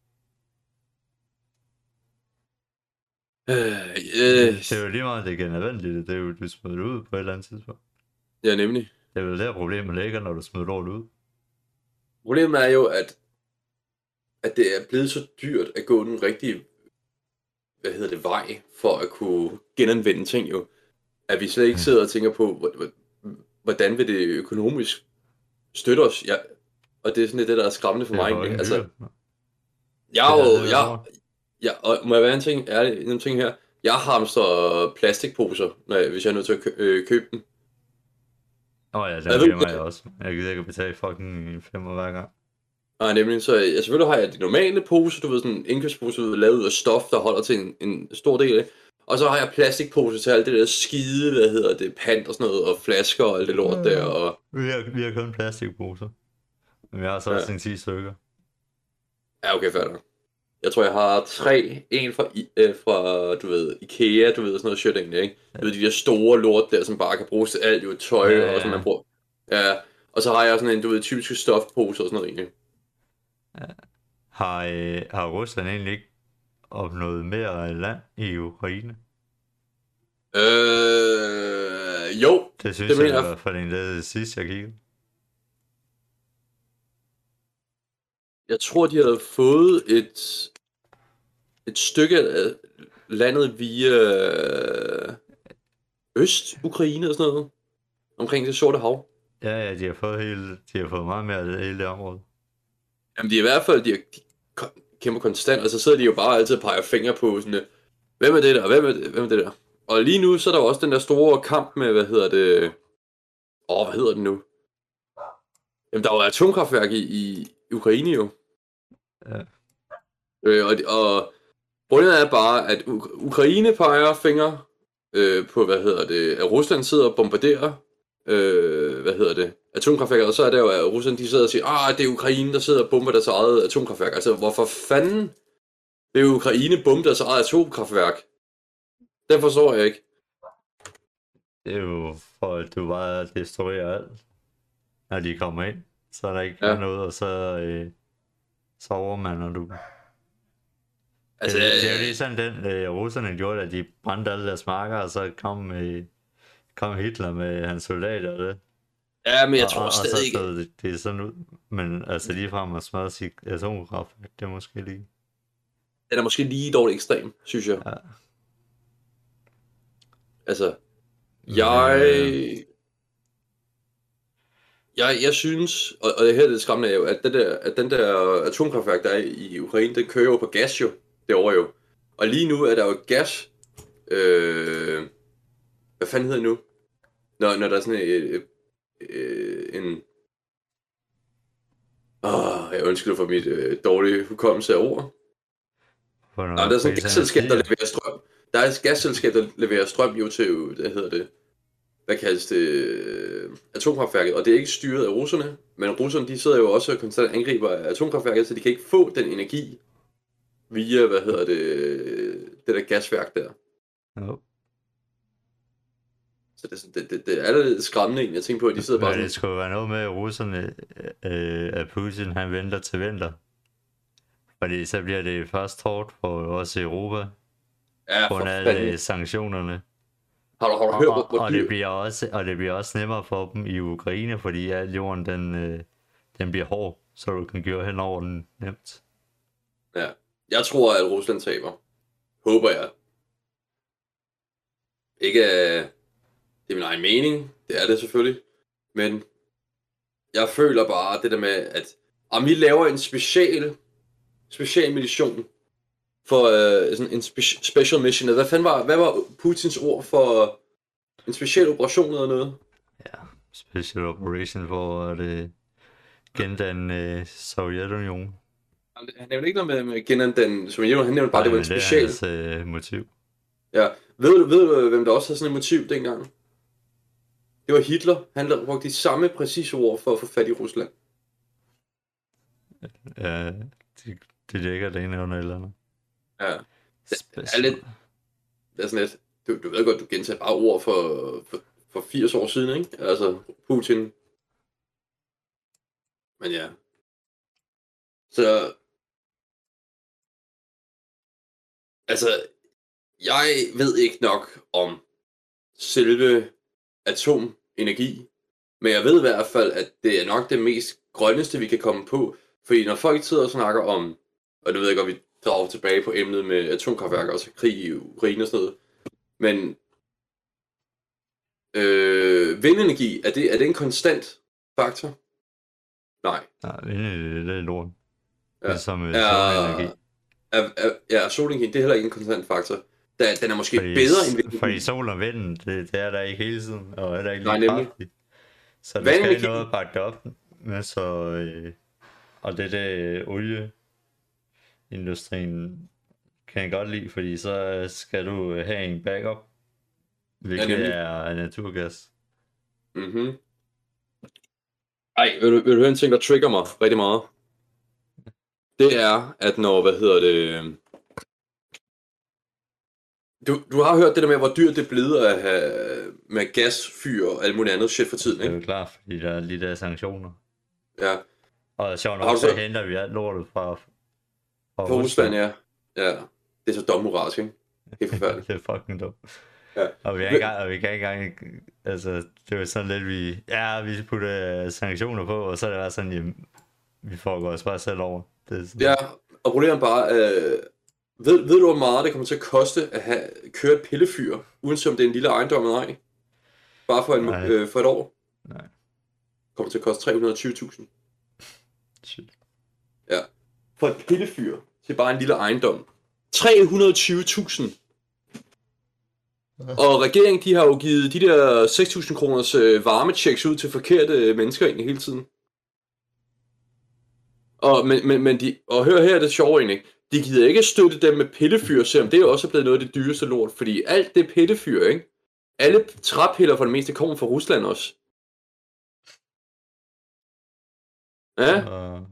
Øh, øh. Det er jo lige meget, det er genanvendeligt, det er jo, du smider det ud på et eller andet tidspunkt. Ja, nemlig. Det er vel der problemet ligger, når du smider lort ud. Problemet er jo, at, at det er blevet så dyrt at gå den rigtige, hvad hedder det, vej, for at kunne genanvende ting jo. At vi slet ikke sidder og tænker på, hvordan vil det økonomisk støtte os? Ja, og det er sådan lidt det, der er skræmmende for mig egentlig. Altså, jeg er jo, jeg, jeg, og må jeg være en ting, ærlig, en ting her, jeg hamstrer plastikposer, når jeg, hvis jeg er nødt til at kø, øh, købe dem. Åh oh ja, det glemmer jeg også. Jeg gider ikke betale fucking femmer hver gang. Nej, nemlig, så jeg, selvfølgelig har jeg de normale poser, du ved, sådan en indkøbspose lavet ud af stof, der holder til en, en stor del af. Og så har jeg plastikposer til alt det der skide, hvad hedder det, pant og sådan noget, og flasker og alt det lort der. Og... Vi har, vi har kun plastikposer. Men jeg har så også ja. en ti stykker. Ja, okay, fair nok. Jeg tror, jeg har tre. En fra, øh, fra du ved, Ikea, du ved, sådan noget shit egentlig, ikke? Ja. Du ved, de der store lort der, som bare kan bruges til alt, jo tøj, ja, ja. Og sådan man bruger. Ja, og så har jeg sådan en, du ved, typiske stofposer og sådan noget egentlig. Har, øh, har Rusland egentlig ikke opnået mere land i Ukraine? Øh, jo, Det synes det jeg i mener jeg. hvert fald en det sidste, jeg kiggede. Jeg tror, de havde fået et, et stykke af landet via Øst-Ukraine og sådan noget. Omkring det Sorte Hav. Ja, ja, de har fået, hele, de har fået meget mere af det hele det område. Jamen, de er i hvert fald, de, er, de kæmper konstant, og så sidder de jo bare altid og peger fingre på sådan, hvem er det der, hvem er det, hvem er det der? Og lige nu, så er der jo også den der store kamp med, hvad hedder det, åh, hvad hedder det nu? Jamen, der er jo atomkraftværk i, i Ukraine jo. Ja. Øh, og, og problemet er bare, at U- Ukraine peger fingre øh, på, hvad hedder det, at Rusland sidder og bombarderer, øh, hvad hedder det, atomkraftværker, og så er det jo, at Rusland de sidder og siger, ah, det er Ukraine, der sidder og bomber deres eget atomkraftværk. Altså, hvorfor fanden vil Ukraine bombe deres eget atomkraftværk? Den forstår jeg ikke. Det er jo for, at du bare destruerer alt, når de kommer ind. Så er der ikke Ja. ja. noget, og så, øh, så overmander du. Altså, det, det er jo øh, lige sådan, den øh, russerne gjorde, at de brændte alle deres marker, og så kom, øh, kom Hitler med hans soldater og det. ja, men jeg og, tror og, og stadig så ikke. så det, det er sådan ud. Men altså ligefrem at smadre sit atomkraftværk, det er måske lige. Den er måske lige dårligt ekstrem, synes jeg. Ja. Altså, Men, jeg... øh, Jeg, jeg synes, og, og det her er det skræmmende er jo, at, det der, at den der atomkraftværk, der er i Ukraine, den kører jo på gas jo, derovre jo. Og lige nu er der jo gas, øh, hvad fanden hedder det nu? Når, når der er sådan et, øh, en... Åh, jeg ønsker for mit øh, dårlige hukommelse af ord. for Nå, der er sådan et priserne gasselskab, der stiger. leverer strøm. Der er et gasselskab, der leverer strøm jo til, hvad hedder det, hvad kaldes det, øh, atomkraftværket, og det er ikke styret af russerne, men russerne, de sidder jo også og konstant angriber af atomkraftværket, så de kan ikke få den energi via, hvad hedder det, det der gasværk der. Jo. Så det, er sådan- det, det, det er da lidt skræmmende egentlig, jeg tænker på, at de sidder bare Men det sådan, skulle være noget med, at russerne, øh, at Putin han venter til vinter. Fordi så bliver det først hårdt for os i Europa, ja, på for grund af fanden. alle sanktionerne. Har du, har du Og, hørt, og, hvor, hvor og, dyr... det bliver også, og det bliver også nemmere for dem i Ukraine, fordi al jorden den, øh, den bliver hård, så du kan køre hen over den nemt. Ja, jeg tror, at Rusland taber. Håber jeg. Ikke, øh, det er min egen mening, det er det selvfølgelig, men jeg føler bare det der med, at om vi laver en special, special mission for øh, sådan en spe- special mission, hvad fanden var, hvad var Putins ord for en special operation eller noget? Ja, special operation for at øh, gendanne øh, Sovjetunionen. Han nævnte ikke noget med, med genandanne Sovjetunionen, han nævnte bare, Nej, det var en men det er special. hans øh, motiv. Ja, ved du, ved du, hvem der også havde sådan et motiv dengang? Det var Hitler. Han brugte de samme præcise ord for at få fat i Rusland. Ja, det, det dækker det ene under eller andet. Ja, det er Special. lidt, det er sådan lidt, du, du ved godt, du gentager bare ord for, for, for firs år siden, ikke? Altså, Putin. Men ja. Så, altså, jeg ved ikke nok om selve atomenergi, men jeg ved i hvert fald, at det er nok det mest grønneste, vi kan komme på. Fordi når folk sidder og snakker om, og det ved jeg godt, vi drager tilbage på emnet med atomkraftværker, og så krig i Ukraine og sådan noget, men øh, vindenergi, er det, er det en konstant faktor? Nej. Nej, vindenergi, det er lort. Ja. Det er som øh, Er, solenergi. er, er, ja, solenergi, det er heller ikke en konstant faktor. Den, den er måske Fordi, bedre end vindenergi. fordi sol og vind, det, det er der ikke hele tiden, og er der ikke Nej, lige nemlig. kraftigt. Så der skal Vandenergi- noget at bakke det op med, så, øh, og det der olieindustrien kan jeg godt lide, fordi så skal du have en backup, hvilket Ja, nemlig. er naturgas. Mhm. Ej, vil du, vil du høre en ting, der trigger mig rigtig meget? Det er, at når, hvad hedder det, Du, du har hørt det der med, hvor dyrt det er blevet at have med gasfyr og alt muligt andet shit for tiden, Det er ikke? jo klart, fordi der er lige der sanktioner. Ja. Og sjovt Har nok, du så så- henter vi alt lortet fra, fra På Rusland, ja. Ja. Det er så dumt moralsk, ikke? Helt forfærdeligt. Det er fucking dumt. Ja. Og vi er ikke engang, og vi kan ikke engang, altså, det var sådan lidt, vi, ja, vi putter øh, sanktioner på, og så er det bare sådan, jamen, vi får os bare selv over. Det er sådan, Ja, og problemet er bare, øh, ved, ved du, hvor meget det kommer til at koste at have, køre et pillefyr, uanset om det er en lille ejendom eller ej? Bare for, en, Nej. øh, for et år? Nej. Det kommer til at koste tre hundrede og tyve tusind. Shit. Ja. For et pillefyr til bare en lille ejendom. tre hundrede og tyve tusind. Og regeringen, de har jo givet de der seks tusind kroners øh, varmechecks ud til forkerte mennesker egentlig hele tiden. Og, men, men, men de, og hør her er det sjove egentlig. De gider ikke støtte dem med pillefyr, selvom det er også blevet noget af det dyreste lort. Fordi alt det pillefyr, ikke? Alle træpiller for det meste kommer fra Rusland også. Ja, Og,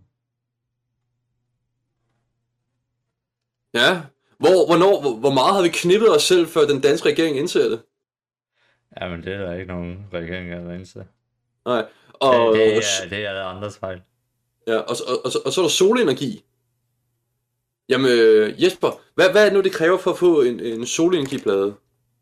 ja. Hvor, hvornår, hvor, hvor meget har vi knippet os selv, før den danske regering indser det? ja, men det er der ikke nogen regering, der indser. Nej. Og, det, det, er, det er der andres fejl. ja, og, og, og, og så er der solenergi. Jamen, øh, Jesper, hvad, hvad er det nu, det kræver for at få en, en solenergiplade?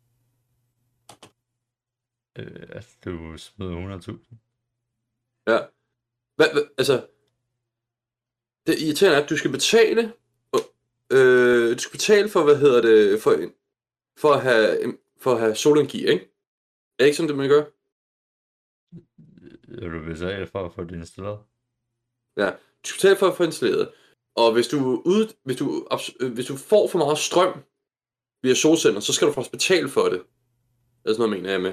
Øh, altså, du smider hundrede tusind. Ja. Hvad, hvad, altså, det irriterende er, at du skal betale, øh, du skal betale for, hvad hedder det, for, en- for at have, for at have solenergi, ikke? Er det ikke sådan, det man gør? Er du betalt for at få det installeret? Ja, du skal betale for at få installeret. Og hvis du, ud, hvis, du, abs- øh, hvis du får for meget strøm via solceller, så skal du faktisk betale for det. Det er sådan noget, mener jeg med.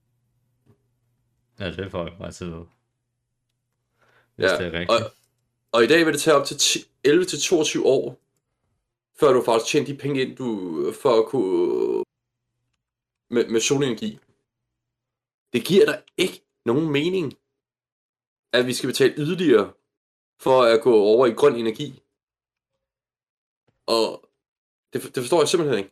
Ja, det får jeg bare til ved. Hvis Ja, det er rigtigt. og, og i dag vil det tage op til ti- elleve til toogtyve år, før du faktisk tjener de penge ind, du for at kunne med, med solenergi. Det giver dig ikke nogen mening, at vi skal betale yderligere for at gå over i grøn energi. Og det, det forstår jeg simpelthen ikke.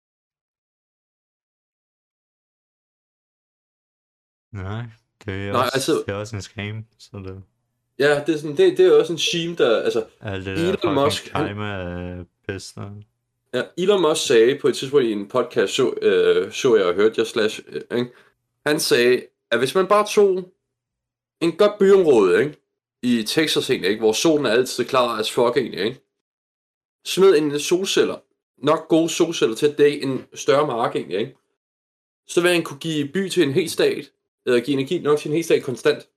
Nej, det er, Nej, også, altså- det er også en scam. Så det, Ja, det er, sådan, det, det er også en shame, der... Altså, alt det Elon der fucking Musk, han- klima-pis. ja, Elon Musk sagde på et tidspunkt i en podcast, så, øh, så jeg og hørte jeg slash... Øh, ikke? Han sagde, at hvis man bare tog en godt byområde, ikke? I Texas egentlig, ikke? Hvor solen er altid klar as fuck egentlig, ikke? Smid en solceller, nok gode solceller til at dække en større mark egentlig, ikke? Så vil han kunne give by til en hel stat, eller give energi nok til en hel stat konstant.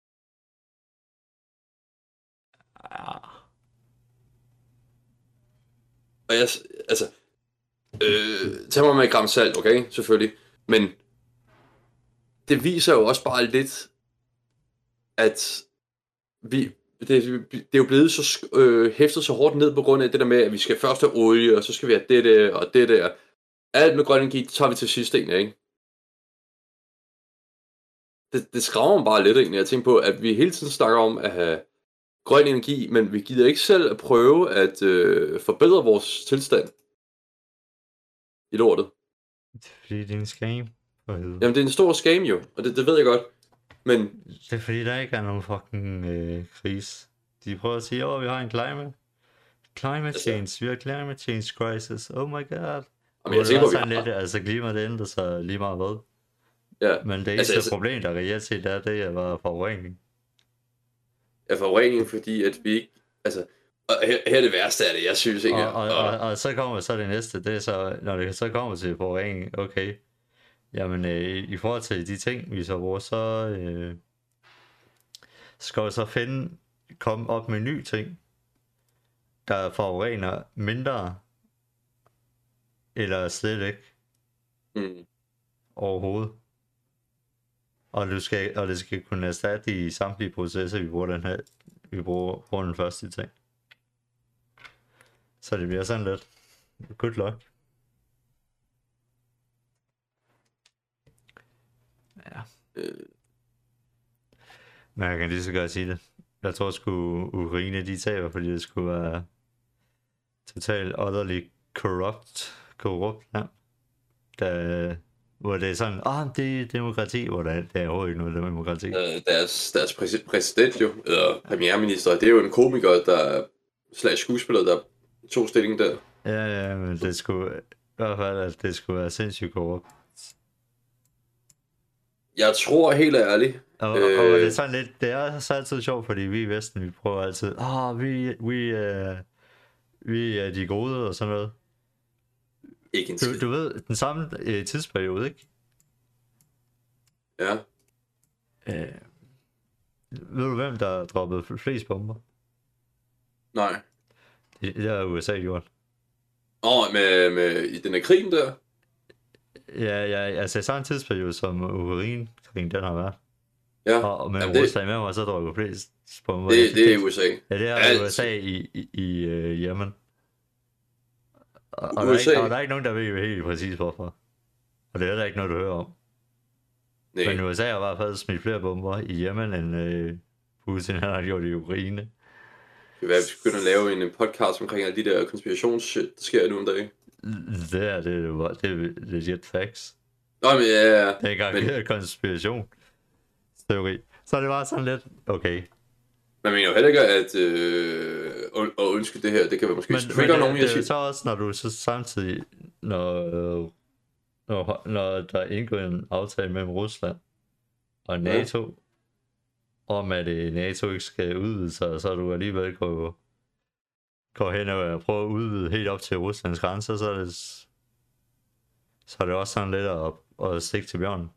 Ja. Og jeg, altså, øh, tag mig med et gram salt, okay, selvfølgelig, men det viser jo også bare lidt, at vi, det, det er jo blevet så sk- øh, hæftet så hårdt ned på grund af det der med, at vi skal først have olie, og så skal vi have det der, og det der. Alt med grøn energi, det tager vi til sidst egentlig, ikke? Det, det skræmmer mig bare lidt egentlig, at tænke på, at vi hele tiden snakker om at have grøn energi, men vi gider ikke selv at prøve at øh, forbedre vores tilstand i lortet. Det er fordi, det er en scam. For helvede. Jamen, det er en stor scam jo, og det, det ved jeg godt. Men Det er fordi, der ikke er nogen fucking øh, krise. De prøver at sige, åh, vi har en climate. Climate Altså- change. Vi har climate change crisis. Oh my god. Jamen, jeg tænker på, på, vi har- lidt, altså klimaet det ændrer sig lige meget hvad. ja, Men det Altså, eneste altså- problem, der reelt set er, det er bare forurening. er forurening, fordi at vi ikke, altså, og her, her er det værste af det, jeg synes ikke. Og, og, og, og så kommer så det næste, det er så, når det så kommer til forurening, okay, jamen øh, i forhold til de ting, vi så bruger, så øh, skal vi så finde, komme op med nye ting, der forurener mindre, eller slet ikke Mm. overhovedet. Og, du skal, og det skal kunne erstatte de samtlige processer, vi bruger den her, vi bruger, bruger den første ting. Så det bliver sådan lidt, good luck. Ja. Øh, Men jeg kan lige så godt sige det. Jeg tror sgu Ukraine de taber, fordi det skulle være totalt utterly corrupt, korrupt land. der, hvor det er sådan, åh, oh, det er demokrati, hvor der, der er overhovedet ikke noget demokrati. Øh, deres deres præs- præsident jo, eller premierminister, det er jo en komiker, der slash skuespiller, der tog stilling der. Ja, ja, men det skulle, i hvert fald, at det skulle være sindssygt korrupt. Jeg tror helt ærligt. Og, øh... og det er sådan lidt, det er så altid sjovt, fordi vi i Vesten, vi prøver altid, åh, oh, vi, vi, uh, vi er de gode og sådan noget. Ikke en du, du ved, den samme øh, tidsperiode, ikke? Ja. Øh, ved du, hvem der droppede flest bomber? Nej. Det, det har U S A gjort. Åh, oh, med, med i den her krigen der? Ja, ja, altså i samme tidsperiode som Ukraine-krigen, den har været. Ja. Og med Jamen, Rusland med mig, så droppede flest bomber. Det, det, det er U S A. Ja, det er Alt. U S A i, i, i uh, Yemen. Og, og, U S A. der er ikke, og der er ikke nogen, der ved helt præcis hvorfor. Og det er der ikke noget, du hører om. Nej. Men U S A har i hvert fald smidt flere bomber i Yemen, end øh, Putin han har gjort i Ukraine. Det kan være, at vi skal begynde at lave en podcast omkring alle de der konspirationsshit, der sker nu om dagen. Det er det, det er legit facts. Nå, men ja, ja. Det er ikke engang men... konspiration. Teori. Så det var sådan lidt, okay. Man mener jo heller ikke, at øh, og, og ønske det her, det kan være måske trigger nogen, jeg siger. Det er så også, når du så samtidig, når, når, når der er indgået en aftale mellem Rusland og NATO, ja. Om at NATO ikke skal udvide sig, så er du alligevel går, går hen og prøver at udvide helt op til Ruslands grænser, så er det, så er det også sådan lidt at, at stikke til bjørnen.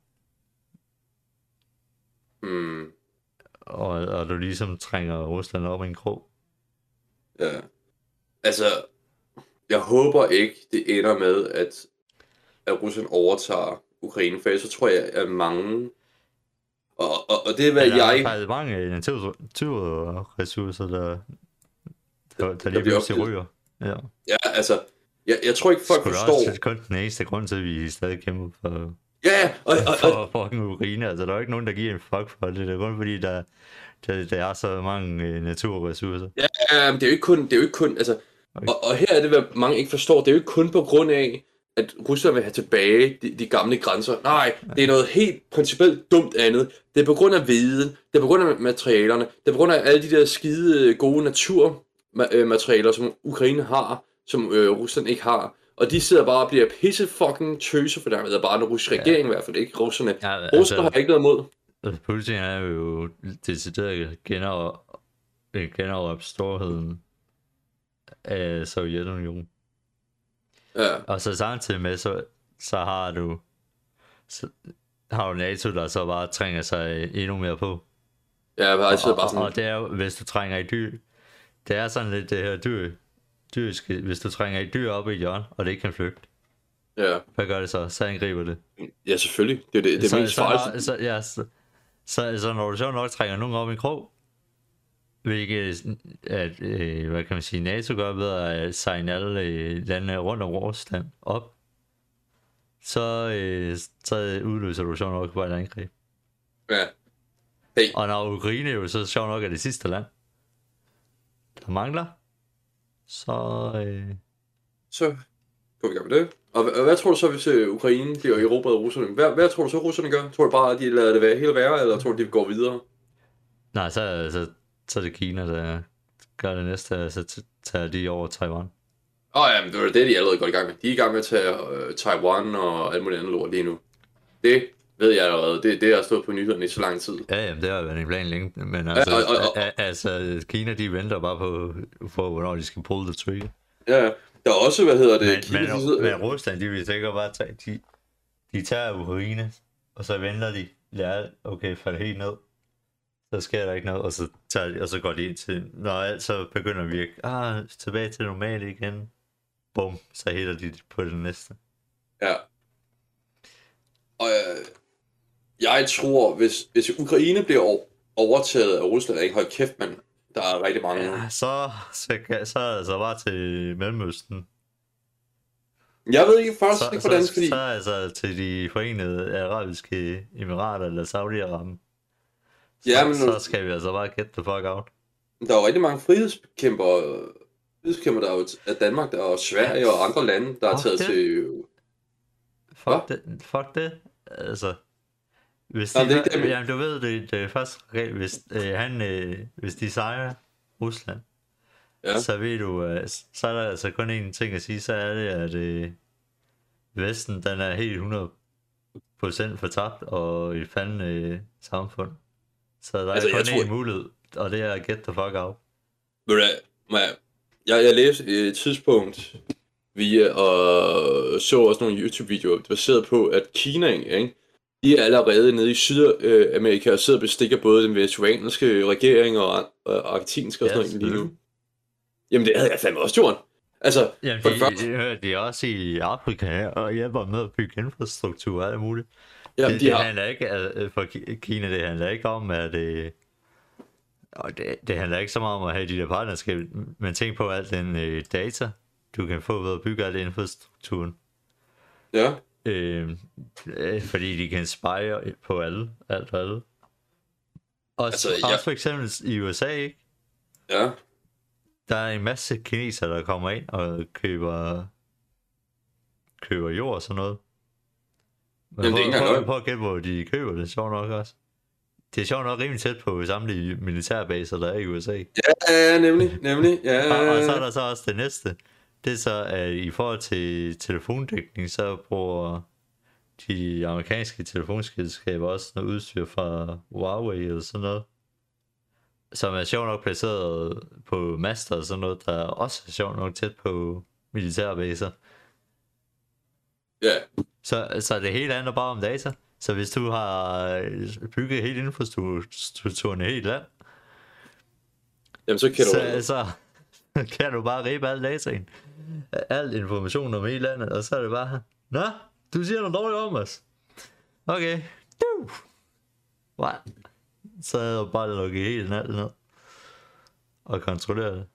Hmm. Og, og du ligesom trænger Rusland op i en krog. Ja. Altså, jeg håber ikke, det ender med, at, at Rusland overtager Ukraine, for så tror jeg, at mange... Og, og, og det er, hvad ja, der jeg... Der er mange naturressourcer, der, der, der lige pludselig ryger. Ja. Ja, altså, jeg, jeg tror ikke, folk Skulle forstår... Det er kun den eneste grund til, at vi stadig kæmper for... Ja, ja, og, og, og, for fucking Ukraine, altså der er ikke nogen, der giver en fuck for det, det er kun fordi, der, der, der er så mange øh, naturressourcer. Ja, ja, men det er jo ikke kun, det er jo ikke kun, altså, okay. og, og her er det, hvad mange ikke forstår, det er jo ikke kun på grund af, at Rusland vil have tilbage de, de gamle grænser. Nej, det er noget helt principielt dumt andet. Det er på grund af viden, det er på grund af materialerne, det er på grund af alle de der skide gode naturmaterialer, som Ukraine har, som øh, Rusland ikke har. Og de sidder bare og bliver pisse fucking tøse, for der er bare den russiske regering i hvert fald, ikke russerne. Ja, altså, Rusland har ikke noget mod. Altså, Putin er jo decideret generoppe storheden af Sovjetunionen. Ja. Og så samtidig med, så, så har du så har du NATO, der så bare trænger sig endnu mere på. Ja, bare, og, bare sådan... og, og det er jo, hvis du trænger i dyr, det er sådan lidt det her dyr, dyriske, hvis du trænger i dyr op i hjørnet, og det ikke kan flygte. Ja. Hvad gør det så? Så angriber det. Ja, selvfølgelig. Det er det, det så, mest farlige. Så, så, ja, så, så, så når du så nok trænger nogen op i en krog, hvilket at, øh, hvad kan man sige, NATO gør ved at signe alle øh, lande rundt om Rusland op, så, øh, så udløser du så nok bare et angreb. Ja. Hey. Og når Ukraine jo så sjovt nok er det sidste land, der mangler, så... Øh... Så går vi i gang med det. Og hvad, hvad tror du så, hvis uh, Ukraine bliver erobret af russerne? Hvad, hvad tror du så, russerne gør? Tror du bare, at de lader det være helt værre, eller tror du, de går videre? Nej, så, så, så er det Kina, der gør det næste, så tager de over Taiwan. Åh oh, ja, men det er det, de allerede går i gang med. De er i gang med at tage uh, Taiwan og alt muligt andet lort lige nu. Det ved jeg allerede. Det, det har stået på nyhederne i så lang tid. Ja, jamen, det har været en plan længe. Men altså, ja, og, og, og, altså, Kina, de venter bare på, for, hvornår de skal pull the trigger. Ja, der er også, hvad hedder det? Men, Kina, men, de sidder... men Rusland, de vil sikkert bare tage, de, de tager Ukraine, og så venter de, lærer, okay, falder helt ned. Så sker der ikke noget, og så, tager de, og så går de ind til, når alt så begynder at virke, ah, tilbage til normalt igen. Bum, så hætter de på det næste. Ja. Og øh, jeg tror, hvis, hvis Ukraine bliver overtaget af Rusland, ikke hold kæft, mand. Der er rigtig mange... Ja, så, så, så er det altså bare til Mellemøsten. Jeg ved ikke først så, ikke, hvordan, så, fordi... Så er altså til de forenede arabiske emirater, eller Saudi-Arabien. Så, ja, men nu... så skal vi altså bare get the fuck out. Der er jo rigtig mange frihedskæmper, frihedskæmper der er jo af Danmark, der er Sverige og andre lande, der er oh, taget det... til... Fuck det, fuck det. Altså, hvis de, Nå, det er ikke det, men- jamen, du ved, det, det er først reelt, hvis, øh, han, øh, hvis de sejrer Rusland, Ja. så ved du, øh, så er der altså kun én ting at sige, så er det, at øh, Vesten, den er helt hundrede procent fortabt, og et fandende øh, samfund. Så der Altså, er jeg kun tror- én mulighed, og det er at get the fuck out. Ved du hvad, må jeg, jeg, jeg læste et tidspunkt via og så også nogle YouTube-videoer, baseret på, at Kina, ikke, de er allerede nede i Sydamerika og sidder og bestikker både den venezuelanske regering og, og argentinske og sådan Ja, noget lige nu. selvfølgelig. Jamen det havde jeg fandme også gjort. Altså, Jamen, for de, det første, de, de er også i Afrika og hjælper med at bygge infrastruktur og alt muligt. jamen, det, de det har, handler ikke at, for Ki- Kina, det handler ikke om, at det, og det, det handler ikke så meget om at have de der partnerskaber, men tænk på alt den øh, data, du kan få ved at bygge al infrastrukturen. ja, Øh, øh, fordi de kan spejre på alle, alt og alle. Også, Altså, altså, jeg- også for eksempel i U S A, ikke? ja, Der er en masse kinesere, der kommer ind og køber, køber jord og sådan noget. Men Jamen, det er ikke prøv, engang prøv, løgn. prøv at gætte, hvor de køber det, sjovt nok også. Det er sjovt nok rimelig tæt på samtlige militærbaser, der er i U S A. ja, nemlig, nemlig, ja, Og, og så er der så også det næste. Det er så, at i forhold til telefondækning, så bruger de amerikanske telefonselskaber også noget udstyr fra Huawei eller sådan noget. Som er sjovt nok placeret på master og sådan noget, der er også sjovt nok tæt på militærbaser. ja, Så, så det hele handler bare om data. Så hvis du har bygget hele infrastrukturen i hele land, jamen så kan du, så, så kan du bare ribe al dataen. Al information om hele landet, og så er det bare, nå, du siger noget dårligt om os. Okay. Du. What? Så er det bare lukket helt alt ned. Og kontrollere det.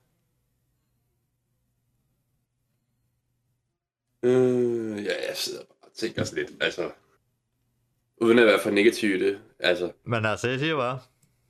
øh, ja, jeg sidder bare og tænker sådan lidt, altså, uden at være for negativ i det, altså, Men altså, jeg siger bare,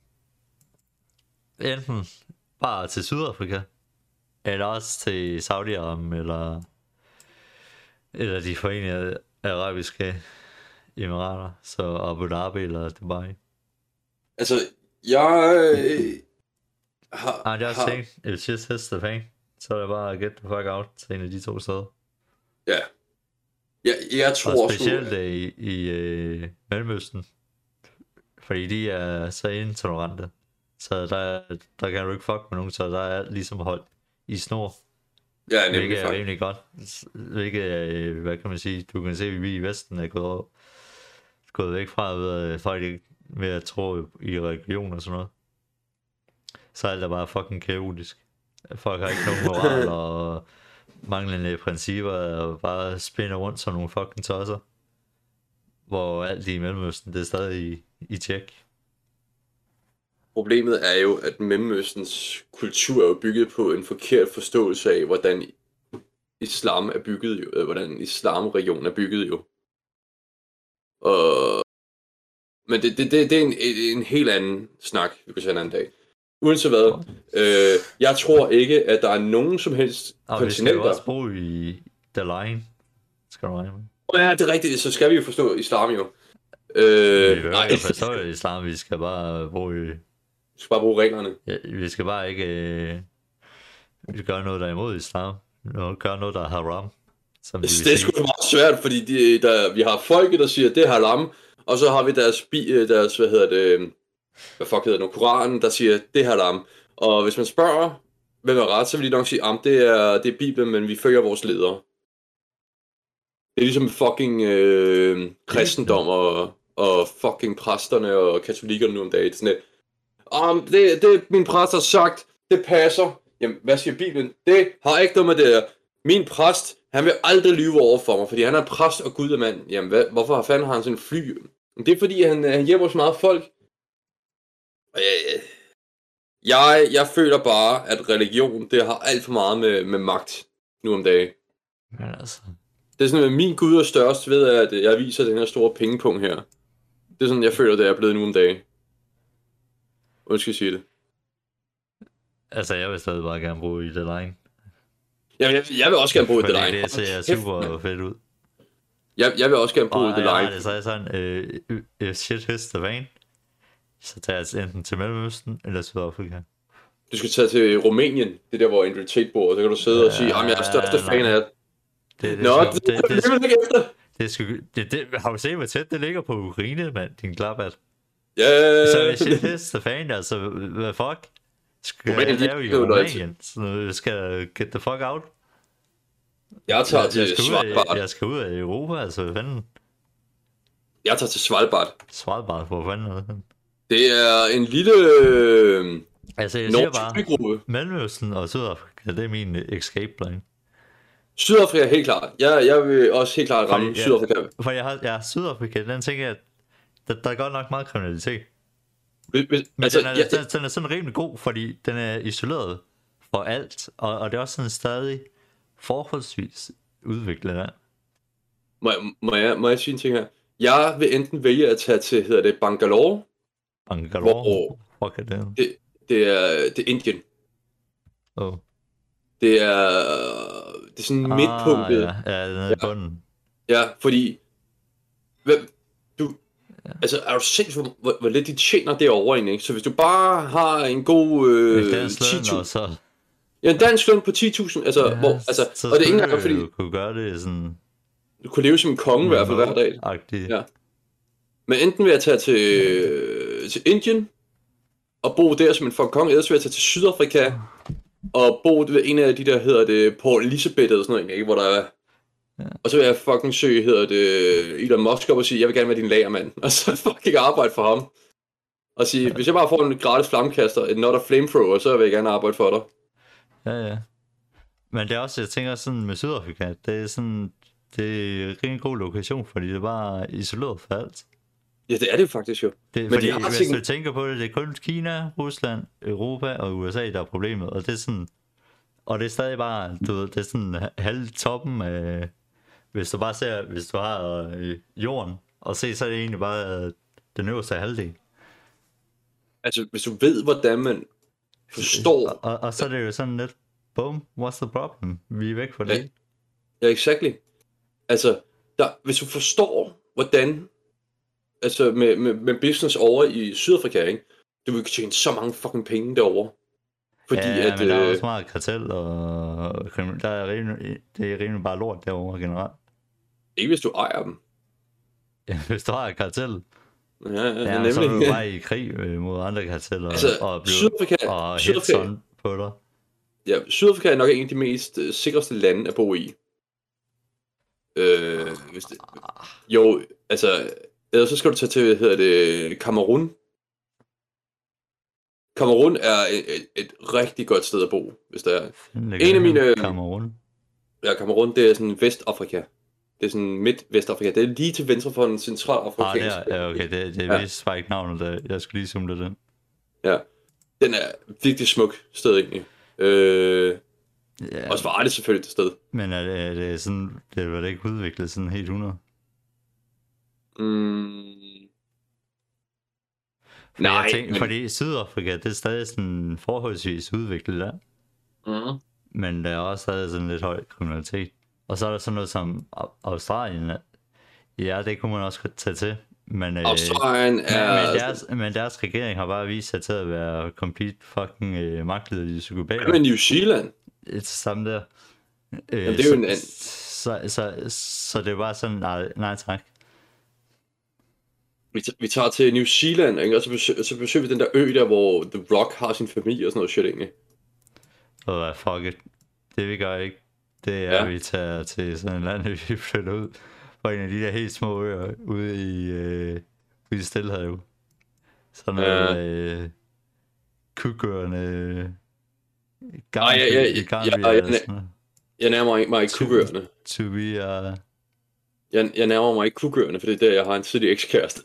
enten bare til Sydafrika, eller også til Saudi-Arabien, eller, eller de forenede arabiske emirater, så Abu Dhabi eller Dubai. altså, jeg øh, har, Ah, det er også har tænkt, if shit hits the fan, så er det bare at get the fuck out til en af de to steder. ja, jeg, jeg tror Og også, specielt at, øh, i, i øh, Mellemøsten, fordi de er så intolerante, så der, der kan du ikke fuck med nogen, så der er ligesom holdt i snor, ja, nemlig hvilket er faktisk, rimelig godt, hvilket er, øh, hvad kan man sige, du kan se, at vi i Vesten er gået, over, gået væk fra ved at folk med at tro i religion og sådan noget. Så er alt er bare fucking kaotisk. Folk har ikke nogen moral og manglende principper og bare spinner rundt som nogle fucking tosser. Hvor alt i Mellemøsten, det er stadig i, i tjek. problemet er jo, at Mellemøstens kultur er jo bygget på en forkert forståelse af, hvordan islam er bygget jo, øh, hvordan islamreligionen er bygget jo. Og... Men det, det, det, det er en, en helt anden snak, vi kan tage en anden dag. Uanset hvad, øh, jeg tror ikke, at der er nogen som helst Og vi skal jo kontinenter... også bo i The Line. Skal du regne med? Ja, det er rigtigt, så skal vi jo forstå islam jo. Vi Øh, vil nej, jo forstå islam, vi skal bare bo i... vi skal bare bruge reglerne. Ja, vi skal bare ikke... Øh, vi gøre noget, der er imod islam. Nå, gøre noget, der er haram. Som de vil Det er sige. sgu meget svært, fordi de, der, vi har folket, der siger, at det er haram, og så har vi deres, bi, deres hvad hedder det, hvad fuck hedder det nu, Koranen, der siger, det er haram. Og hvis man spørger, hvem er ret, så vil de nok sige, at det er, det er Bibelen, men vi følger vores ledere. Det er ligesom fucking øh, kristendom og, og fucking præsterne og katolikkerne nu om dagen. Det er sådan lidt, om det, det min præst har sagt, det passer. Jamen, hvad siger Bibelen? Det har ikke noget med det der. Min præst, han vil aldrig lyve over for mig, fordi han er præst og gud og mand. Jamen, hvad, hvorfor fanden har han sådan en fly? Det er fordi, han, han hjælper så meget folk. Og jeg, jeg, jeg føler bare, at religion, det har alt for meget med, med magt nu om dagen. Men altså... Det er sådan, at min gud er størst ved, at jeg viser den her store pengepunkt her. Det er sådan, jeg føler, det er blevet nu om dagen. Hvordan skal jeg sige det? Altså, jeg vil stadig bare gerne bo i The Line. Jamen, jeg, jeg vil også gerne bruge det Fordi der. det ser super fedt ud. Jeg, jeg vil også gerne bo i Og The jeg har Line. det så sådan, øh, øh, shit hits the van. Så tager jeg enten til Mellemøsten eller Sydafrika. Du skal tage til Rumænien, det er der, hvor Andrew Tate bor, og så kan du sidde og sige, at jeg er største Øh, fan nej. af det. Det, det, Nå, skal, det, det, det, det, det, det, vil ikke efter. det, skal, det, det, har du set, hvor tæt det ligger på Ukraine, mand, din klaphat? Ja, Så shit hits the fan, altså, hvad fuck? Skal Rumænien, jeg de lave i er jo løg til. Rumænien? Så jeg skal get the fuck out. jeg tager Jeg, til jeg, skal ud af, Svalbard. jeg skal ud af Europa, altså, hvad fanden? Jeg tager til Svalbard. Svalbard, hvor fanden er det? Det er en lille øh, Altså, jeg siger bare, Nord-Type-gruppe. Mellemøsten og Sydafrika, det er min escape plan. Sydafrika helt klart. Jeg, jeg vil også helt klart ramme Fordi, ja, Sydafrika. For jeg har, ja, Sydafrika, den tænker jeg, der, der er godt nok meget kriminalitet. Hvis, hvis, Men altså, den, er, ja, den, den er sådan rimelig god, fordi den er isoleret for alt, og, og det er også sådan stadig forholdsvis udviklet land. må, jeg, må, jeg, må jeg sige en ting her? Jeg vil enten vælge at tage til, hedder det, Bangalore. Bangalore, Hvor- fuck er det? Det, det er det er Indien. Oh. Det er, det er sådan midtpunktet. Ah, ja, ja, nede i bunden. Ja, fordi... Hvad, du, ja. Altså, er du sindssygt, hvor, hvor, hvor lidt de tjener derovre egentlig, ikke? Så hvis du bare har en god øh, Øh, dansk ti løn, og tusind... så... Ja, en dansk løn på ti tusind, altså, Ja, hvor, altså... så Og det er ikke skulle engang, fordi du kunne gøre det sådan... du kunne leve som en konge i hvert fald hver dag. Agtigt. Ja. Men enten vil jeg tage til, øh, til Indien, og bo der som en fucking konge, ellers vil jeg tage til Sydafrika, og bo ved en af de der, hedder det, Port Elizabeth eller sådan noget, ikke? Hvor der er... Ja. Og så vil jeg fucking søge, hedder det, Elon Musk op og sige, jeg vil gerne være din lagermand. Og så fucking arbejde for ham. Og sige, hvis jeg bare får en gratis flammekaster, et not a flamethrower, så vil jeg gerne arbejde for dig. Ja, ja. Men det er også, jeg tænker sådan med Sydafrika, det er sådan, det er en rigtig god lokation, fordi det er bare isoleret for alt. Ja, det er det jo faktisk jo. Det, Men fordi de har hvis ting- du tænker på det, det er kun Kina, Rusland, Europa og U S A, der er problemet, og det er sådan, og det er stadig bare, du ved, det er sådan halv toppen af, hvis du bare ser, hvis du har øh, jorden, og se, så er det egentlig bare øh, den øverste halvdel. Altså, hvis du ved, hvordan man forstår... Og, og, og så er det jo sådan lidt, boom, what's the problem? Vi er væk fra Ja. det. Ja, exactly. Altså, der, hvis du forstår, hvordan... Altså, med, med, med business over i Sydafrika, ikke? Du vil tjene så mange fucking penge derovre. Fordi Ja, at... men der er øh, også meget kartel, og kriminal- der er rimelig, det er rimelig bare lort derovre generelt. Ikke hvis du ejer dem. Ja, hvis du har et kartel, Ja, ja, ja, nemlig. så er du bare i krig øh, mod andre karteller, Altså, og blive Sydafrika, og Sydafrika, headson på dig. ja, Sydafrika er nok en af de mest øh, sikreste lande at bo i. Øh, hvis det, jo, altså, ellers så skal du tage til, hvad hedder det, Kamerun. Kamerun er et, et, et rigtig godt sted at bo, hvis der er. En af mine- Kamerun. Ja, Kamerun, det er sådan Vestafrika. Det er sådan midt-Vestafrika. Det er lige til venstre for den Ah, centralafrikanske. der, ja, okay, det, det Ja. er vist bare ikke navnet, der, jeg skulle lige zoome det ind. Ja. Den er virkelig smuk sted egentlig. Øh, Ja, og så var det selvfølgelig det sted. men er det, er det sådan, det er vel ikke udviklet sådan helt hundrede? Mm. Fordi Nej, jeg tænker, men- fordi Sydafrika, det er stadig sådan forholdsvis udviklet land. Mm. Men der er også stadig sådan lidt høj kriminalitet. Og så er der sådan noget som Au- Australien. Ja, det kunne man også godt tage til. Men, øh, Australien men, er... men, deres, men deres regering har bare vist sig til at være complete fucking øh, magtliderlige psykopater. Hvad med New Zealand? Det er samme der. Øh, Jamen, det er jo så, en anden- så, så, så, så det er bare sådan, nej, nej tak. Vi, t- vi tager til New Zealand, ikke? Og så, besø- så besøger vi den der ø der, hvor The Rock har sin familie og sådan noget shit, egentlig. Og hvad, fuck it. Det vi gør ikke, det er, Ja. at vi tager til sådan et land, vi flytter ud på en af de der helt små øer ude i, øh, ude i Stillehavet. Sådan noget øh, kukørende Ej, ja, ja, ja, i Gambia ja, ja, eller ja. sådan noget. Jeg nærmer ikke mig ikke Cookøerne. To be, uh... Jeg, jeg nærmer mig ikke Cookøerne, for det er der, jeg har en tidlig ekskæreste.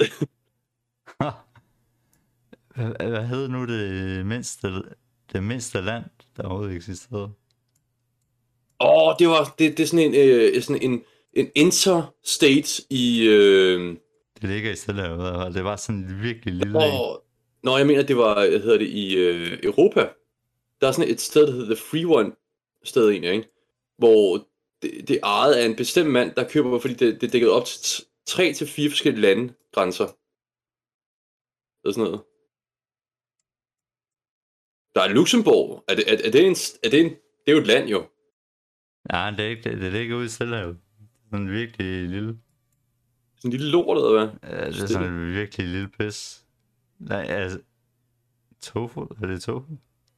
hvad, hvad hed nu det mindste, det mindste land, der overhovedet eksisterede? Åh, oh, det var det, det er sådan en, øh, sådan en, en interstate i... Øh, Det ligger i Stillehavet, og det var sådan en virkelig lille ø. åh, Nå, jeg mener, det var, hvad hedder det, i øh, Europa. Der er sådan et sted, der hedder The Free One sted egentlig, ikke? Hvor det, det er ejet af en bestemt mand, der køber, fordi det, det er dækket op til tre til fire forskellige landegrænser. Og sådan noget. Der er Luxembourg. Er det, er, er det en, er det en, det er jo et land jo. Nej, det er ikke det, det ligger ude i Stillehavet. Sådan virkelig lille. Sådan en lille lort, eller hvad? Ja, det er sådan en virkelig lille pis. Nej, altså... Tofu? Er det tofu?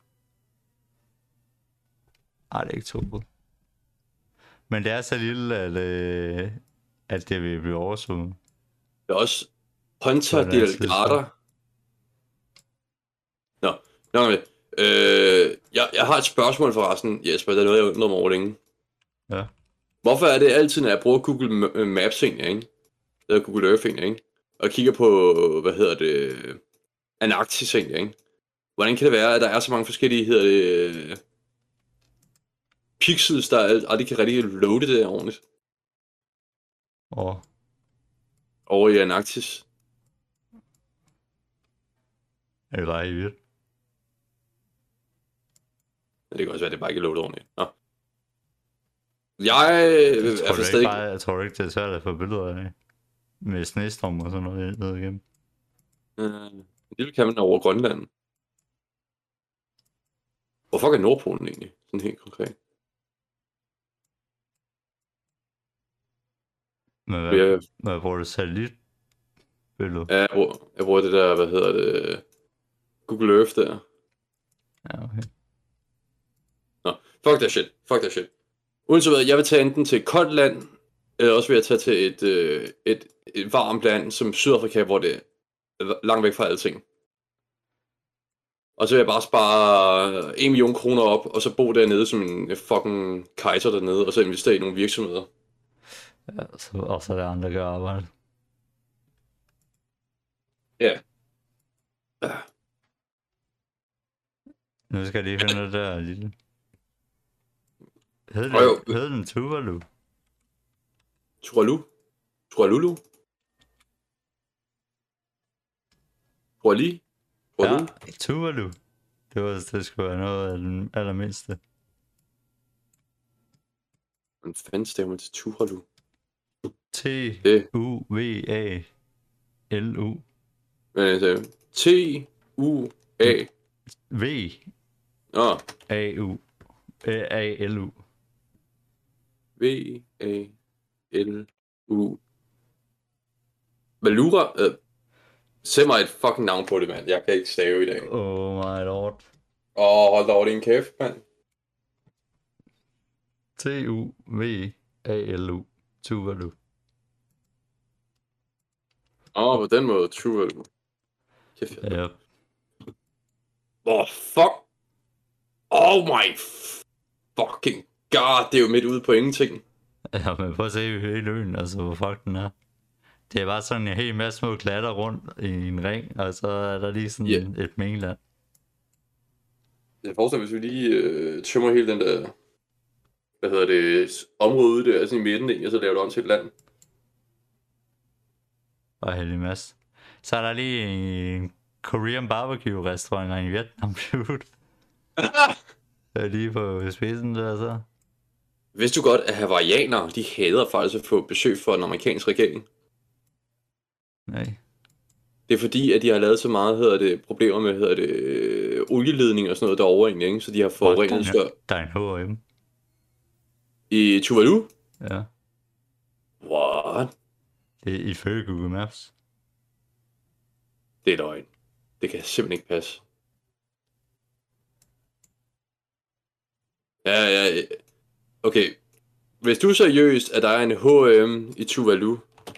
Nej, det er ikke tofu. Men det er så lille, at, øh, at det vil blive oversvømmet. Der er også Ponta Delgada. Nå, nok med det. Øh, jeg, jeg har et spørgsmål forresten, Jesper, der er noget, jeg undrer mig over længe. Ja. Hvorfor er det altid, når jeg bruger Google Maps egentlig, ikke? Eller Google Earth egentlig, ikke? Og kigger på, hvad hedder det, Antarktis egentlig, ikke? Hvordan kan det være, at der er så mange forskellige, hedder det, pixels, der aldrig kan rigtig loade det ordentligt? Åh. Over i Antarktis. Er det bare i vildt? Ja, det kan også være, at det bare ikke er loadet ordentligt. Nå. Jeg, jeg er for stadig... Bare, jeg tror ikke, det er svært at få billeder af. Med snestorm og sådan noget ned igennem. Øh, det kan man over Grønland. Hvorfor er Nordpolen egentlig? Sådan helt konkret. Men hvad, jeg, hvad bruger du satellitbillede? Ja, jeg bruger, jeg bruger det der, hvad hedder det, Google Earth der. Ja, okay. Nå, fuck that shit, fuck that shit. Uanset hvad, jeg vil tage enten til et koldt land, eller også vil jeg tage til et, øh, et, et varmt land, som Sydafrika, hvor det er langt væk fra alting. Og så vil jeg bare spare en million kroner op, og så bo dernede som en fucking kejser dernede, og så investere i nogle virksomheder. Ja, så, og så er der andre, der gør arbejde. Ja. Ja. Nu skal jeg lige finde det der lille... Hed Oh, den, hed den Tuvalu? Tuvalu? Tuvalu? Tuvalu? Ja, Tuvalu. Det var, det skulle være noget af den allermindste. Hvordan fanden stemmer til Tuvalu? T U V A L U. Hvad er det? T U A V A U A L U. V A L U. Valura? Øh, Sæt mig et fucking navn på det, mand. Jeg kan ikke stave i dag. Oh my lord. Åh, oh, hold da over din kæft, mand. T U V A L U. Tuvalu. Åh, oh, på den måde, Tuvalu. Kæft, jeg ja. Åh, oh, fuck. Oh my fucking god, det er jo midt ude på ingenting. Ja, men prøv at se hele øen, altså hvor fuck den er. Det er bare sådan en hel masse små klatter rundt i en ring, og så er der lige sådan yeah. et mainland. Jeg forestiller, hvis vi lige øh, tømmer hele den der, hvad hedder det, område ude der, sådan i midten, og så laver det om til et land. Og heldig masse. Så er der lige en Korean barbecue restaurant i Vietnam. Det er lige på spidsen der så. Vidste du godt, at hawaiianere, de hader faktisk at få besøg fra den amerikanske regering? Nej. Det er fordi, at de har lavet så meget, hedder det, problemer med, hedder det, olieledning og sådan noget derovre egentlig, ikke? Så de har forurenet større. Der er en H og M. I Tuvalu? Ja. What? Det er ifølge Google Maps. Det er løgn. Det kan simpelthen ikke passe. Ja, ja, okay. Hvis du er seriøst, at der er en H og M i Tuvalu.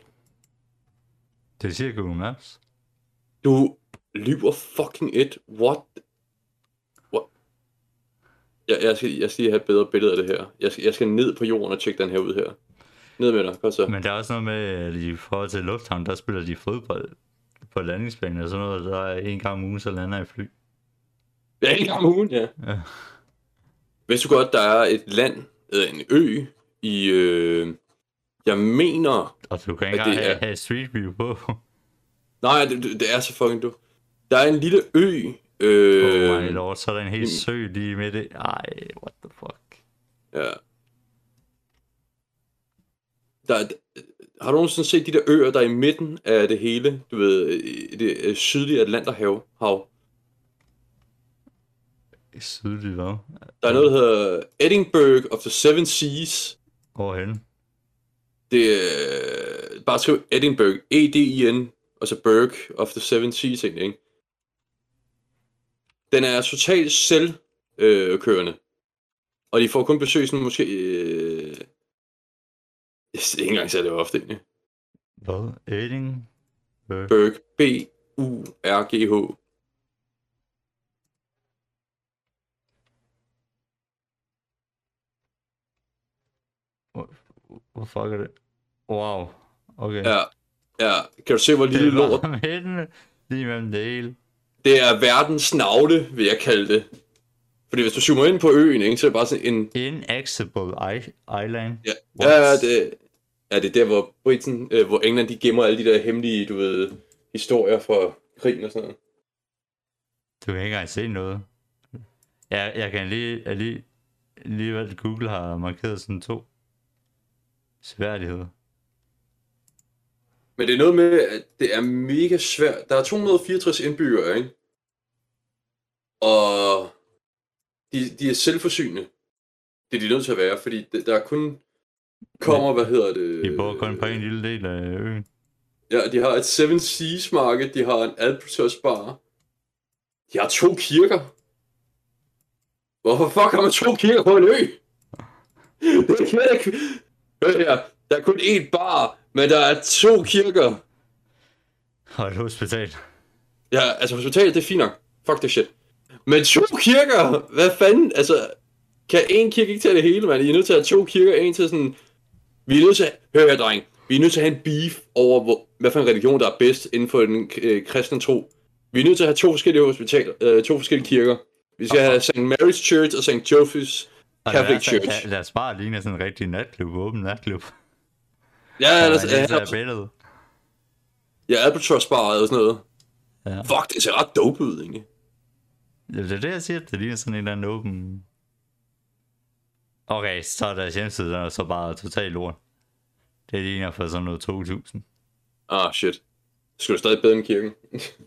Det siger Google Maps. Du lyver fucking et. What? What? Jeg, jeg, skal, jeg skal lige have et bedre billede af det her. Jeg skal, jeg skal ned på jorden og tjekke den her ud her. Ned med dig, godt så. Men der er også noget med, at i forhold til lufthavn, der spiller de fodbold på landingsbanen og sådan noget. Der er en gang om ugen, så lander i fly. Ja, en gang om ugen, ja. Ja. Vidste du godt, der er et land, eller en ø, i, øh, jeg mener... Og du kan ikke engang have, have Street View på. Nej, det, det er så fucking du. Der er en lille ø. Øh, oh my lord, så er der en hel sø lige midt i. Ej, what the fuck. Ja. Der, er- har du nogensinde set de der øer, der er i midten af det hele? Du ved, i det øh, sydlige Atlanterhav. Hav. Sydligt hvad? Der er noget, der hedder Edinburgh of the Seven Seas. Hvorhen? Det er... Bare skriv Edinburgh. E D I N. Og så Burgh of the Seven Seas, egentlig, ikke? Den er totalt selvkørende. Og de får kun besøg sådan måske... Øh... Jeg er ikke engang så det ofte, egentlig. Hvad? Eding? Burgh. B U R G H. Hvor fuck er det? Wow. Okay. Ja, ja. Kan du se, hvor lille lort? Det er bare lige mellem det hele. Det er verdens navle, vil jeg kalde det. Fordi hvis du zoomer ind på øen, ikke, så er det bare sådan en... Inaccessible Island. Ja, ja det, ja, det er der, hvor Britain, øh, hvor England, de gemmer alle de der hemmelige, du ved, historier fra krigen og sådan noget. Du kan ikke engang se noget. Jeg, jeg kan lige, jeg lige, lige hvad Google har markeret sådan to sværdigheder. Men det er noget med, at det er mega svært. Der er to hundrede og fireogtres indbyggere, ikke? Og de, de er selvforsynende. Det er de nødt til at være, fordi der er kun kommer, hvad hedder det... De bor kun på en lille del af øen. Ja, de har et Seven Seas marked, de har en Albertus bar. De har to kirker. Hvorfor fuck har man to kirker på en ø? Det kan jeg ikke... Hør her, der er kun én bar, men der er to kirker. Og et hospital. Ja, altså hospitalet, det er fint nok. Fuck det shit. Men to kirker? Hvad fanden? Altså, kan én kirke ikke tage det hele, mand? I er nødt til at have to kirker, en til sådan... Vi er nødt til at... Hør her, dreng. Vi er nødt til at have en beef over, hvor... hvad for en religion, der er bedst inden for den øh, kristne tro. Vi er nødt til at have to forskellige hospitaler, øh, to forskellige kirker. Vi skal have Saint Mary's Church og Saint Joseph's Catholic Church. Lad os bare ligne sådan en rigtig natklub, åben natklub. Ja, der der er er et billede. Ja, Albatross Bar og sådan noget. Ja. Fuck, det ser ret dope ud, egentlig. Ja, det er det, jeg siger. Det ligner sådan en eller anden åben... Okay, så er deres hjemmeside, den er så bare totalt lort. Det ligner for sådan noget to tusind. Ah, shit. Skal du stadig bedre end kirken?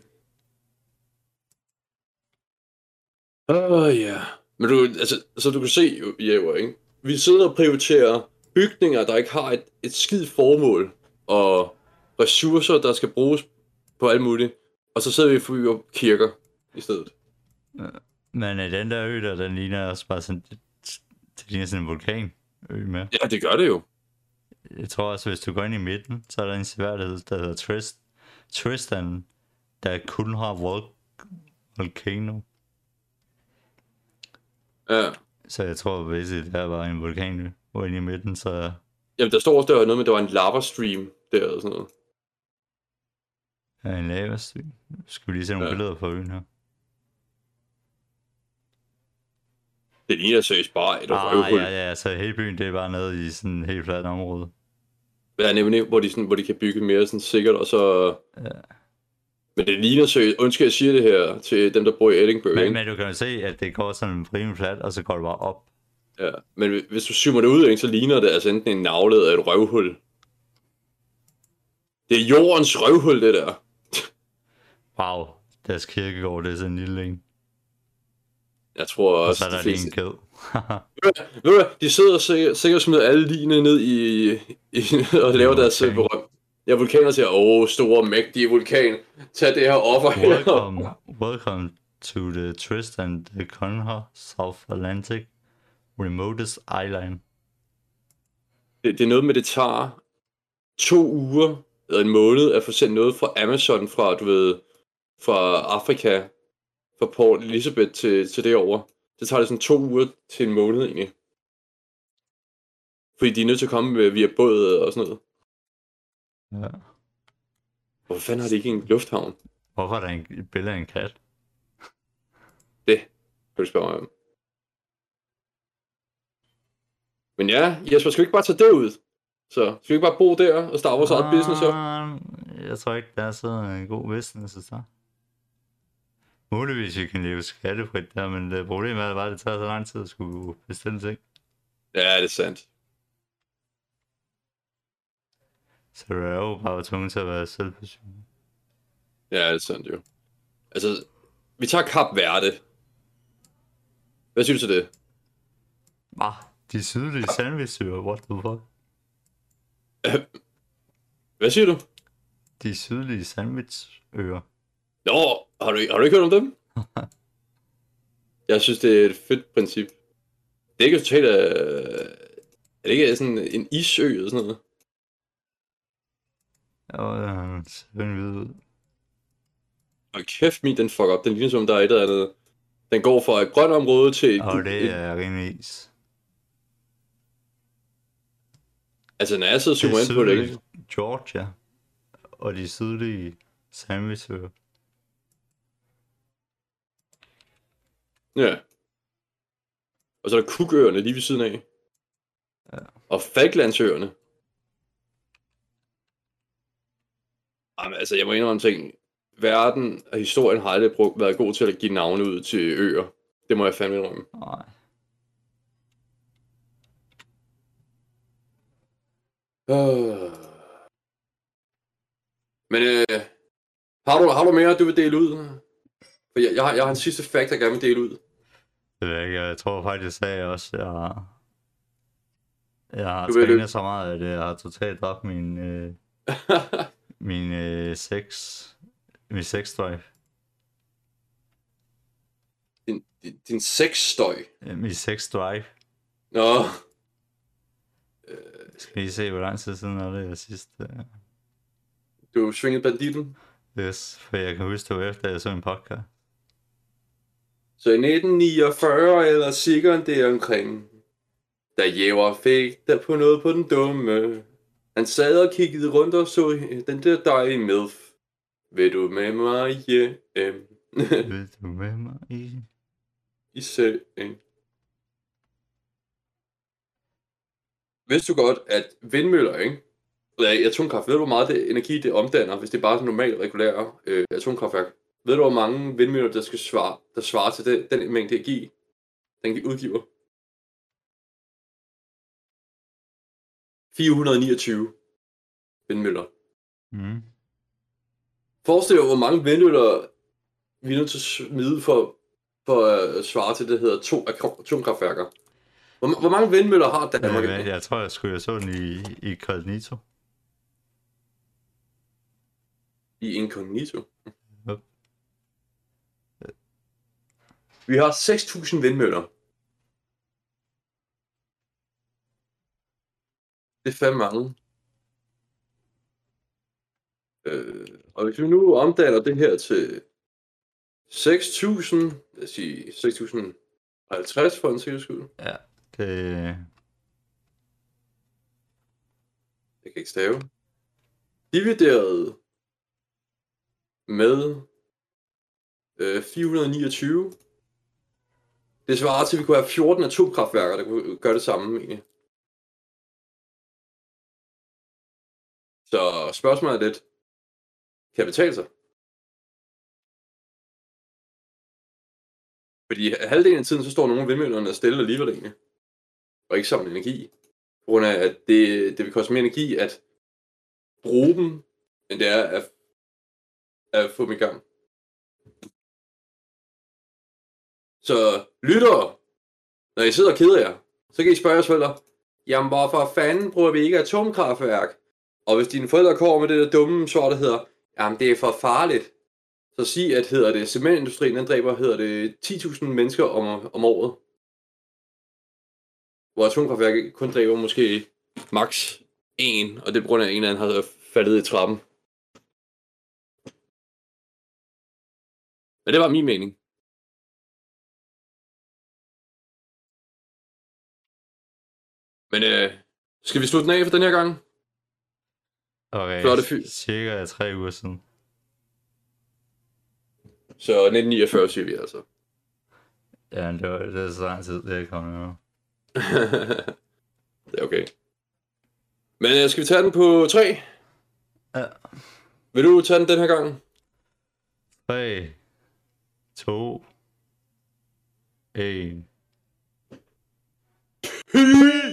Åh, oh, ja. Yeah. Men du, altså, så du kan se, Jæver, ikke? Vi sidder og prioriterer bygninger, der ikke har et, et skidt formål, og ressourcer, der skal bruges på alt muligt. Og så sidder vi og bygger kirker i stedet. Men øh, den der ø der, den ligner også bare sådan... Det ligner sådan en vulkan ø med. Ja, det gør det jo. Jeg tror også, hvis du går ind i midten, så er der en sværdighed, der hedder Trist, Tristan, der kun har vol- volcano. Ja. Så jeg tror, hvis det der var en vulkan, hvor inde i midten, så... Jamen, der står også, der var noget med, der var en lava stream der og sådan noget. Ja, en lavastream. Skal vi lige se nogle ja. billeder på øen her? Det ligner seriøst bare et ah, røvhul. Ja, ja, så hele byen, det er bare nede i sådan et helt fladt område. Ja, nemlig, hvor de, sådan, hvor de kan bygge mere sådan sikkert, og så... Ja. Men det ligner seriøst... Undskyld, jeg siger det her til dem, der bor i Edinburgh, men, ikke? men du kan jo se, at det går sådan en rimelig flat, og så går det bare op. Ja, men hvis du zoomer det ud, ikke, så ligner det altså enten en navle eller et røvhul. Det er jordens røvhul, det der. Wow, deres kirkegård, det er sådan en lille en. Jeg tror også, og så er der de lige fleste... en kæd. Ved du hvad, de sidder og sikkert, sikkert smider alle ligene ned i, i og laver deres berøm. Ja, vulkaner siger, åh, store, mægtige vulkan, tag det her offer her. Welcome, welcome to the Tristan da Cunha South Atlantic remotest island. Det, det er noget med, det tager to uger eller en måned at få sendt noget fra Amazon, fra, du ved, fra Afrika, fra Port Elizabeth til, til det over. Det tager det sådan to uger til en måned egentlig. Fordi de er nødt til at komme via båd og sådan noget. Ja. Hvorfor fanden har de ikke en lufthavn? Hvorfor er der en billede af en kat? Det kan du spørge mig om. Men ja, Jesper, skal vi ikke bare tage det ud? Så skal vi ikke bare bo der og starte vores eget business op? Jeg tror ikke, der er så en god business så. Muligvis vi kan leve skattefrit der, men det problemet er bare, at det tager så lang tid at skulle bestille ting. Ja, det er sandt. Så du er jo bare tvunget til at være selvforsynende. Ja, det er sandt jo. Altså, vi tager Kap Verde. Hvad synes du til det? Ah, de sydlige sandwichøer, what the fuck? Hvad siger du? De sydlige sandwichøer. Nå, har du, har du ikke hørt om dem? Jeg synes, det er et fedt princip. Det er ikke totalt af... Er det ikke sådan en isø eller sådan noget? Ja, det ser vildt ud. Og kæft min, den fuck op. Den ligner som, der er et eller andet. Den går fra et grønt område til et... Og det er rimelig is. Altså, når jeg sidder og zoomer ind på det, ikke? Georgia. Og de sydlige sandwichøer. Ja. Og så er der Cookøerne lige ved siden af. Ja. Og Falklandsøerne. Jamen, altså, jeg må indrømme ting. Verden og historien har aldrig brugt, været god til at give navne ud til øer. Det må jeg fandme indrømme. Nej. Uh. Men øh, har, du, har du mere, du vil dele ud? For jeg, jeg, har, jeg har en sidste fact, jeg gerne vil dele ud. Det ved jeg ikke. Jeg tror faktisk, at jeg også, jeg har, jeg har Du ved trænet det. så meget, at jeg har totalt dræbt min, øh, min øh, sex, min sex drive. din, din, din sexstøj. Øh, Min sex drive. Nå. Jeg skal lige se, hvor lang tid siden er det, jeg sidst. Øh, Du svingede banditten. yes, for jeg kan huske, det var efter, jeg så en podcast. Så i nitten niogfyrre eller sikkert det omkring, da Jæver fik der på noget på den dumme. Han sad og kiggede rundt og så den der dejlige milf. Vil du med mig hjem? Vil du med mig i? I seng. Vidste du godt, at vindmøller, ikke? Eller atomkraft, ved du, hvor meget det energi det omdanner, hvis det er bare sådan normalt regulære øh, atomkraftværk? Ved du, hvor mange vindmøller, der skal svare, der svarer til den, den mængde energi, den udgiver? fire hundrede niogtyve vindmøller. Mm. Forestil dig, hvor mange vindmøller vi er nødt til at smide for, for at svare til det, der hedder to atomkraftværker. Hvor, hvor mange vindmøller har Danmark? Jeg, jeg tror, jeg skulle jeg så den i, i Cognito. I incognito. Yep. Vi har seks tusind vindmøller. Det er fandme mange. Øh, og hvis vi nu omdanner det her til seks tusind, lad os sige seks tusind og halvtreds for en sikkerheds skyld. Ja, det... Jeg kan ikke stave. Divideret med øh, fire hundrede niogtyve. Det svarer til, at vi kunne have fjorten atomkraftværker, der kunne gøre det samme egentlig. Så spørgsmålet er lidt, kan det betale sig? Fordi halvdelen af tiden, så står nogle af vindmøllerne og stille alligevel egentlig. Og ikke samle energi. På grund af, at det, det vil koste mere energi at bruge dem, end det er at, at få dem i gang. Så lyttere, når I sidder og keder jer, så kan I spørge jeres forældre, jamen hvorfor fanden bruger vi ikke atomkraftværk? Og hvis dine forældre kommer med det der dumme svar, der hedder, jamen det er for farligt, så sig, at hedder det, cementindustrien, den dræber, hedder det ti tusind mennesker om, om året. Hvor atomkraftværk kun dræber måske max en, og det er på grund af, at en eller anden har faldet i trappen. Men det var min mening. Men øh, skal vi slutte den af for den her gang? Okay, Flotte fyr. cirka tre uger siden. Så nitten niogfyrre siger vi altså. Ja, det var det er så lang tid, det er kommet nu. Det er okay. Men øh, skal vi tage den på tre? Ja. Vil du tage den den her gang? tre, to, en. Peace!